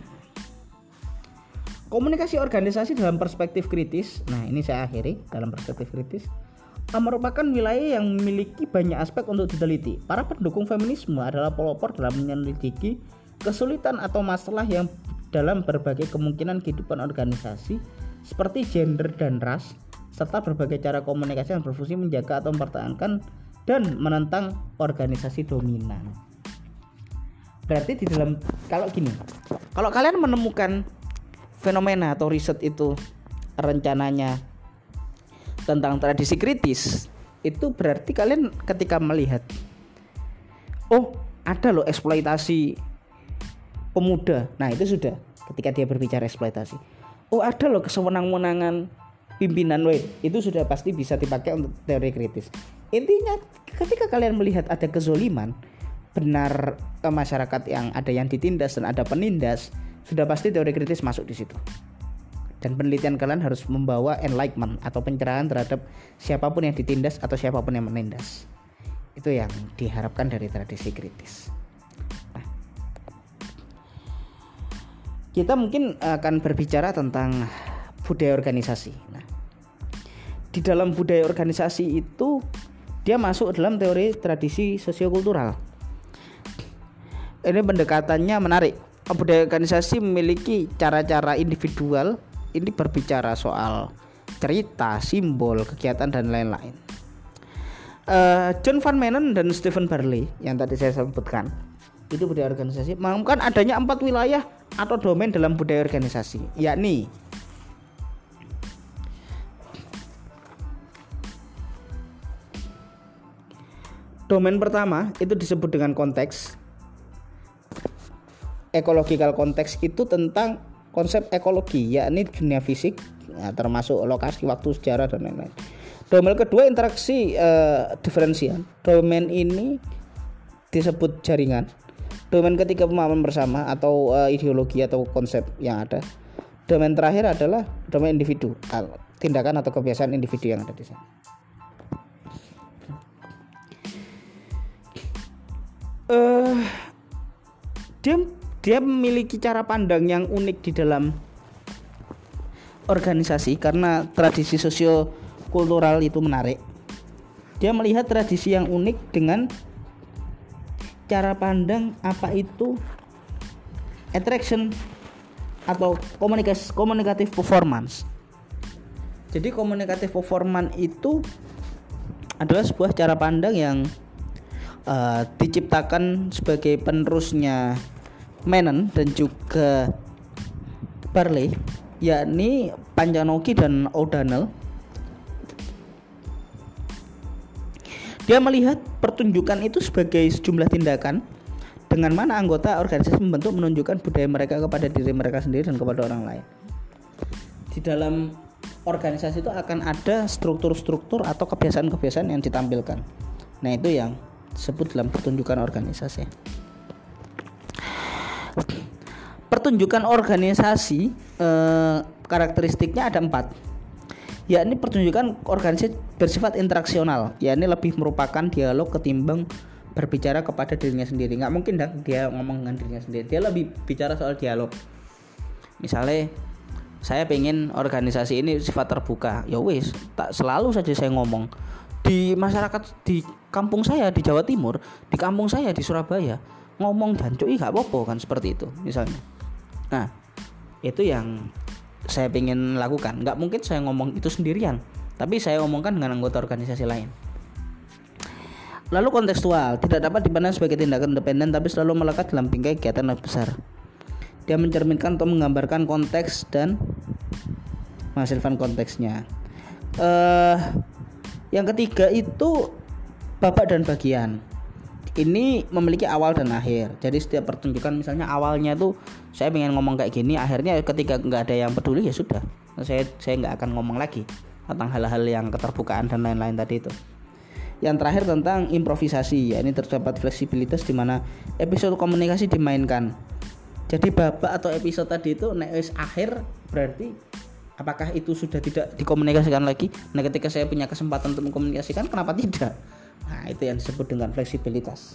Komunikasi organisasi dalam perspektif kritis, nah ini saya akhiri dalam perspektif kritis, merupakan wilayah yang memiliki banyak aspek untuk diteliti. Para pendukung feminisme adalah pelopor dalam menyelidiki kesulitan atau masalah yang dalam berbagai kemungkinan kehidupan organisasi seperti gender dan ras, serta berbagai cara komunikasi yang berfungsi menjaga atau mempertahankan dan menentang organisasi dominan. Berarti di dalam, kalau gini, kalau kalian menemukan fenomena atau riset itu rencananya tentang tradisi kritis, itu berarti kalian ketika melihat, oh ada loh eksploitasi pemuda, nah itu sudah ketika dia berbicara eksploitasi. Oh ada loh kesewenang-wenangan pimpinan, weh, itu sudah pasti bisa dipakai untuk teori kritis. Intinya ketika kalian melihat ada kezoliman, benar ke masyarakat yang ada yang ditindas dan ada penindas, sudah pasti teori kritis masuk di situ. Dan penelitian kalian harus membawa enlightenment atau pencerahan terhadap siapapun yang ditindas atau siapapun yang menindas. Itu yang diharapkan dari tradisi kritis. Nah, kita mungkin akan berbicara tentang budaya organisasi. Nah, di dalam budaya organisasi itu dia masuk dalam teori tradisi sosiokultural. Ini pendekatannya menarik. Budaya organisasi memiliki cara-cara individual. Ini berbicara soal cerita, simbol, kegiatan dan lain-lain. Uh, John Van Manen dan Stephen Barley yang tadi saya sebutkan itu budaya organisasi mengumumkan adanya empat wilayah atau domain dalam budaya organisasi, yakni domain pertama itu disebut dengan konteks. Ecological konteks itu tentang konsep ekologi, yakni dunia fisik, ya, termasuk lokasi, waktu, sejarah dan lain-lain. Domain kedua interaksi uh, diferensial. Domain ini disebut jaringan. Domain ketiga pemahaman bersama atau uh, ideologi atau konsep yang ada. Domain terakhir adalah domain individu, tindakan atau kebiasaan individu yang ada di sana. Uh, dia dia memiliki cara pandang yang unik di dalam organisasi karena tradisi sosiokultural itu menarik. Dia melihat tradisi yang unik dengan cara pandang apa itu attraction atau komunikas komunikatif performance. Jadi komunikatif performance itu adalah sebuah cara pandang yang uh, diciptakan sebagai penerusnya Manen dan juga Barley, yakni Panchanoki dan O'Donnell. Dia melihat pertunjukan itu sebagai sejumlah tindakan dengan mana anggota organisasi membentuk menunjukkan budaya mereka kepada diri mereka sendiri dan kepada orang lain. Di dalam organisasi itu akan ada struktur-struktur atau kebiasaan-kebiasaan yang ditampilkan. Nah, itu yang disebut dalam pertunjukan organisasi. Pertunjukan organisasi eh, karakteristiknya ada empat, yakni pertunjukan organisasi bersifat interaksional, yakni lebih merupakan dialog ketimbang berbicara kepada dirinya sendiri. Nggak mungkin dah dia ngomong dengan dirinya sendiri, dia lebih bicara soal dialog. Misalnya saya pengen organisasi ini sifat terbuka, ya wis tak selalu saja saya ngomong di masyarakat di kampung saya di Jawa Timur, di kampung saya di Surabaya, ngomong jancuk gak apa-apa kan, seperti itu misalnya. Nah, itu yang saya pengen lakukan. Nggak mungkin saya ngomong itu sendirian, tapi saya omongkan dengan anggota organisasi lain. Lalu kontekstual, tidak dapat dipandang sebagai tindakan independen tapi selalu melekat dalam bingkai kegiatan lebih besar. Dia mencerminkan atau menggambarkan konteks dan menghasilkan konteksnya. Uh, yang ketiga itu babak dan bagian. Ini memiliki awal dan akhir. Jadi setiap pertunjukan misalnya awalnya tuh saya pengen ngomong kayak gini, akhirnya ketika nggak ada yang peduli ya sudah, saya saya nggak akan ngomong lagi tentang hal-hal yang keterbukaan dan lain-lain tadi itu. Yang terakhir tentang improvisasi, ya ini terdapat fleksibilitas di mana episode komunikasi dimainkan. Jadi babak atau episode tadi itu nek wis akhir berarti apakah itu sudah tidak dikomunikasikan lagi? Nah, ketika saya punya kesempatan untuk mengkomunikasikan, kenapa tidak? Nah, itu yang disebut dengan fleksibilitas.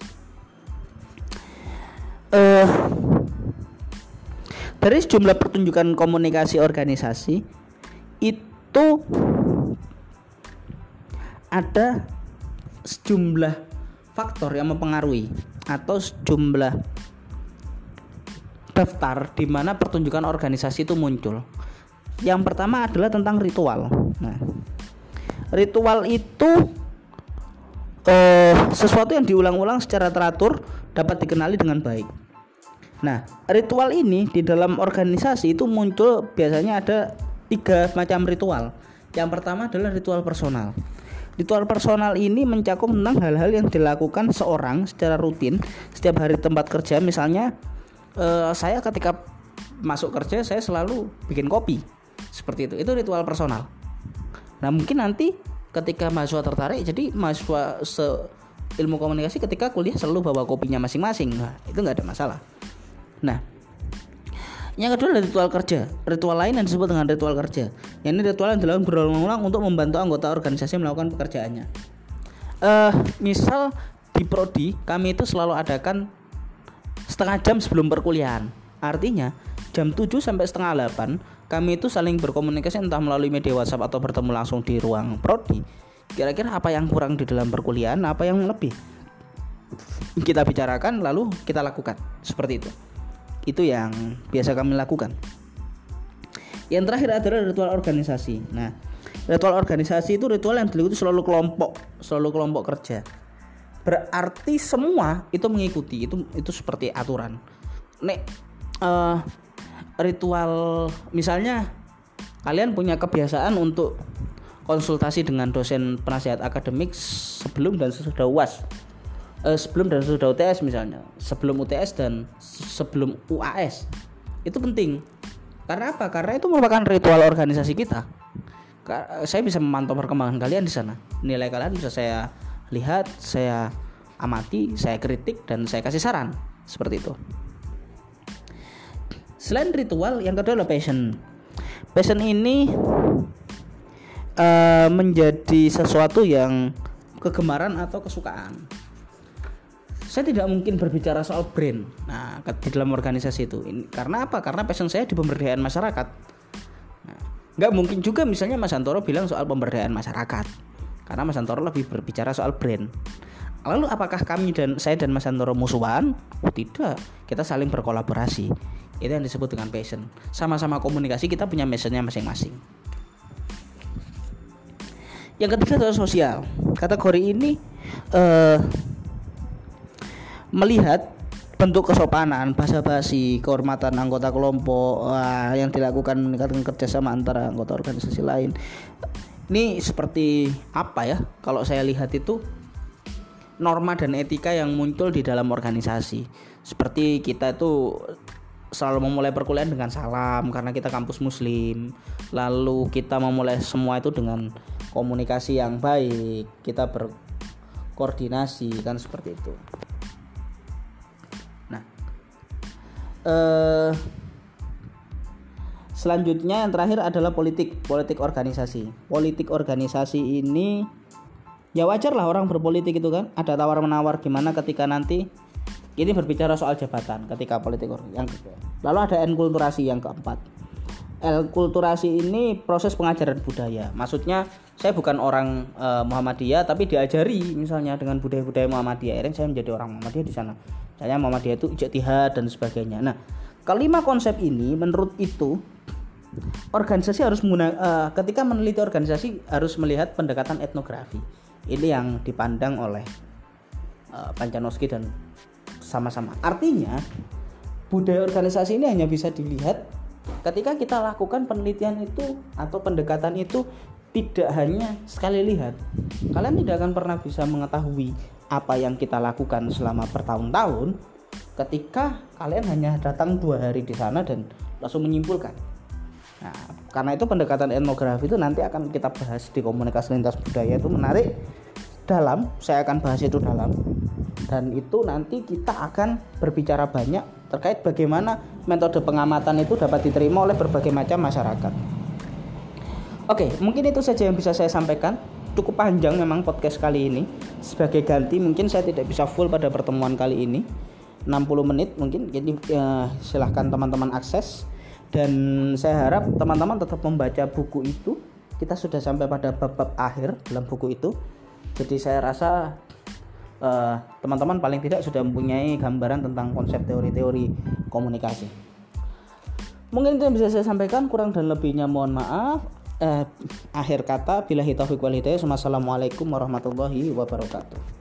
Uh, dari sejumlah pertunjukan komunikasi organisasi itu ada sejumlah faktor yang mempengaruhi atau sejumlah daftar di mana pertunjukan organisasi itu muncul. Yang pertama adalah tentang ritual. Nah, ritual itu Uh, sesuatu yang diulang-ulang secara teratur dapat dikenali dengan baik. Nah, ritual ini di dalam organisasi itu muncul biasanya ada tiga macam ritual. Yang pertama adalah ritual personal. Ritual personal ini mencakup tentang hal-hal yang dilakukan seorang secara rutin setiap hari tempat kerja. Misalnya eh, saya ketika masuk kerja saya selalu bikin kopi. Seperti itu. Itu ritual personal. Nah, mungkin nanti ketika mahasiswa tertarik, jadi mahasiswa se ilmu komunikasi ketika kuliah selalu bawa kopinya masing-masing. Nah, itu nggak ada masalah. Nah, yang kedua adalah ritual kerja. Ritual lain yang disebut dengan ritual kerja. Yang ini ritual yang dilakukan berulang-ulang untuk membantu anggota organisasi melakukan pekerjaannya. Uh, misal di prodi kami itu selalu adakan setengah jam sebelum perkuliahan. Artinya jam tujuh sampai setengah delapan kami itu saling berkomunikasi entah melalui media WhatsApp atau bertemu langsung di ruang prodi. Kira-kira apa yang kurang di dalam perkuliahan, apa yang lebih kita bicarakan lalu kita lakukan. Seperti itu. Itu yang biasa kami lakukan. Yang terakhir adalah ritual organisasi. Nah, ritual organisasi itu ritual yang dilakukan selalu kelompok, selalu kelompok kerja. Berarti semua itu mengikuti, itu itu seperti aturan. Nek uh, ritual misalnya kalian punya kebiasaan untuk konsultasi dengan dosen penasihat akademik sebelum dan sesudah U A S. Sebelum dan sesudah U T S misalnya, sebelum U T S dan sebelum U A S. Itu penting. Karena apa? Karena itu merupakan ritual organisasi kita. Saya bisa memantau perkembangan kalian di sana. Nilai kalian bisa saya lihat, saya amati, saya kritik dan saya kasih saran. Seperti itu. Selain ritual, yang kedua adalah passion. Passion ini uh, menjadi sesuatu yang kegemaran atau kesukaan. Saya tidak mungkin berbicara soal brand. Nah, di dalam organisasi itu, ini, karena apa? Karena passion saya di pemberdayaan masyarakat. Nah, nggak mungkin juga misalnya Mas Antoro bilang soal pemberdayaan masyarakat, karena Mas Antoro lebih berbicara soal brand. Lalu apakah kami dan saya dan Mas Antoro musuhan? Oh tidak, kita saling berkolaborasi. Itu yang disebut dengan passion. Sama-sama komunikasi, kita punya passionnya masing-masing. Yang ketiga adalah sosial. Kategori ini uh, melihat bentuk kesopanan, basa-basi, kehormatan anggota kelompok uh, yang dilakukan meningkatkan kerjasama antara anggota organisasi lain. Ini seperti apa ya? Kalau saya lihat itu norma dan etika yang muncul di dalam organisasi. Seperti kita itu selalu memulai perkuliahan dengan salam karena kita kampus muslim. Lalu kita memulai semua itu dengan komunikasi yang baik. Kita berkoordinasi kan seperti itu. Nah, eh, selanjutnya yang terakhir adalah politik, politik organisasi. Politik organisasi ini ya wajar lah orang berpolitik itu kan, ada tawar menawar gimana ketika nanti ini berbicara soal jabatan ketika politik yang kedua. Lalu ada enkulturasi yang keempat. Enkulturasi ini proses pengajaran budaya. Maksudnya saya bukan orang e, Muhammadiyah tapi diajari misalnya dengan budaya-budaya Muhammadiyah. Akhirnya saya menjadi orang Muhammadiyah di sana. Saya Muhammadiyah itu ijtihad dan sebagainya. Nah, kelima konsep ini menurut itu organisasi harus menggunakan e, ketika meneliti organisasi harus melihat pendekatan etnografi. Ini yang dipandang oleh e, Pancanowski dan sama-sama. Artinya budaya organisasi ini hanya bisa dilihat ketika kita lakukan penelitian itu atau pendekatan itu tidak hanya sekali lihat. Kalian tidak akan pernah bisa mengetahui apa yang kita lakukan selama bertahun-tahun ketika kalian hanya datang dua hari di sana dan langsung menyimpulkan. Nah, karena itu pendekatan etnografi itu nanti akan kita bahas di komunikasi lintas budaya, itu menarik dalam, saya akan bahas itu dalam. Dan itu nanti kita akan berbicara banyak terkait bagaimana metode pengamatan itu dapat diterima oleh berbagai macam masyarakat. Oke, mungkin itu saja yang bisa saya sampaikan. Cukup panjang memang podcast kali ini. Sebagai ganti mungkin saya tidak bisa full pada pertemuan kali ini, enam puluh menit mungkin. Jadi ya, silahkan teman-teman akses. Dan saya harap teman-teman tetap membaca buku itu. Kita sudah sampai pada bab-bab akhir dalam buku itu. Jadi saya rasa Uh, teman-teman paling tidak sudah mempunyai gambaran tentang konsep teori-teori komunikasi. Mungkin itu yang bisa saya sampaikan, kurang dan lebihnya mohon maaf. Eh, akhir kata, billahi taufiq wal hidayah. Wassalamualaikum warahmatullahi wabarakatuh.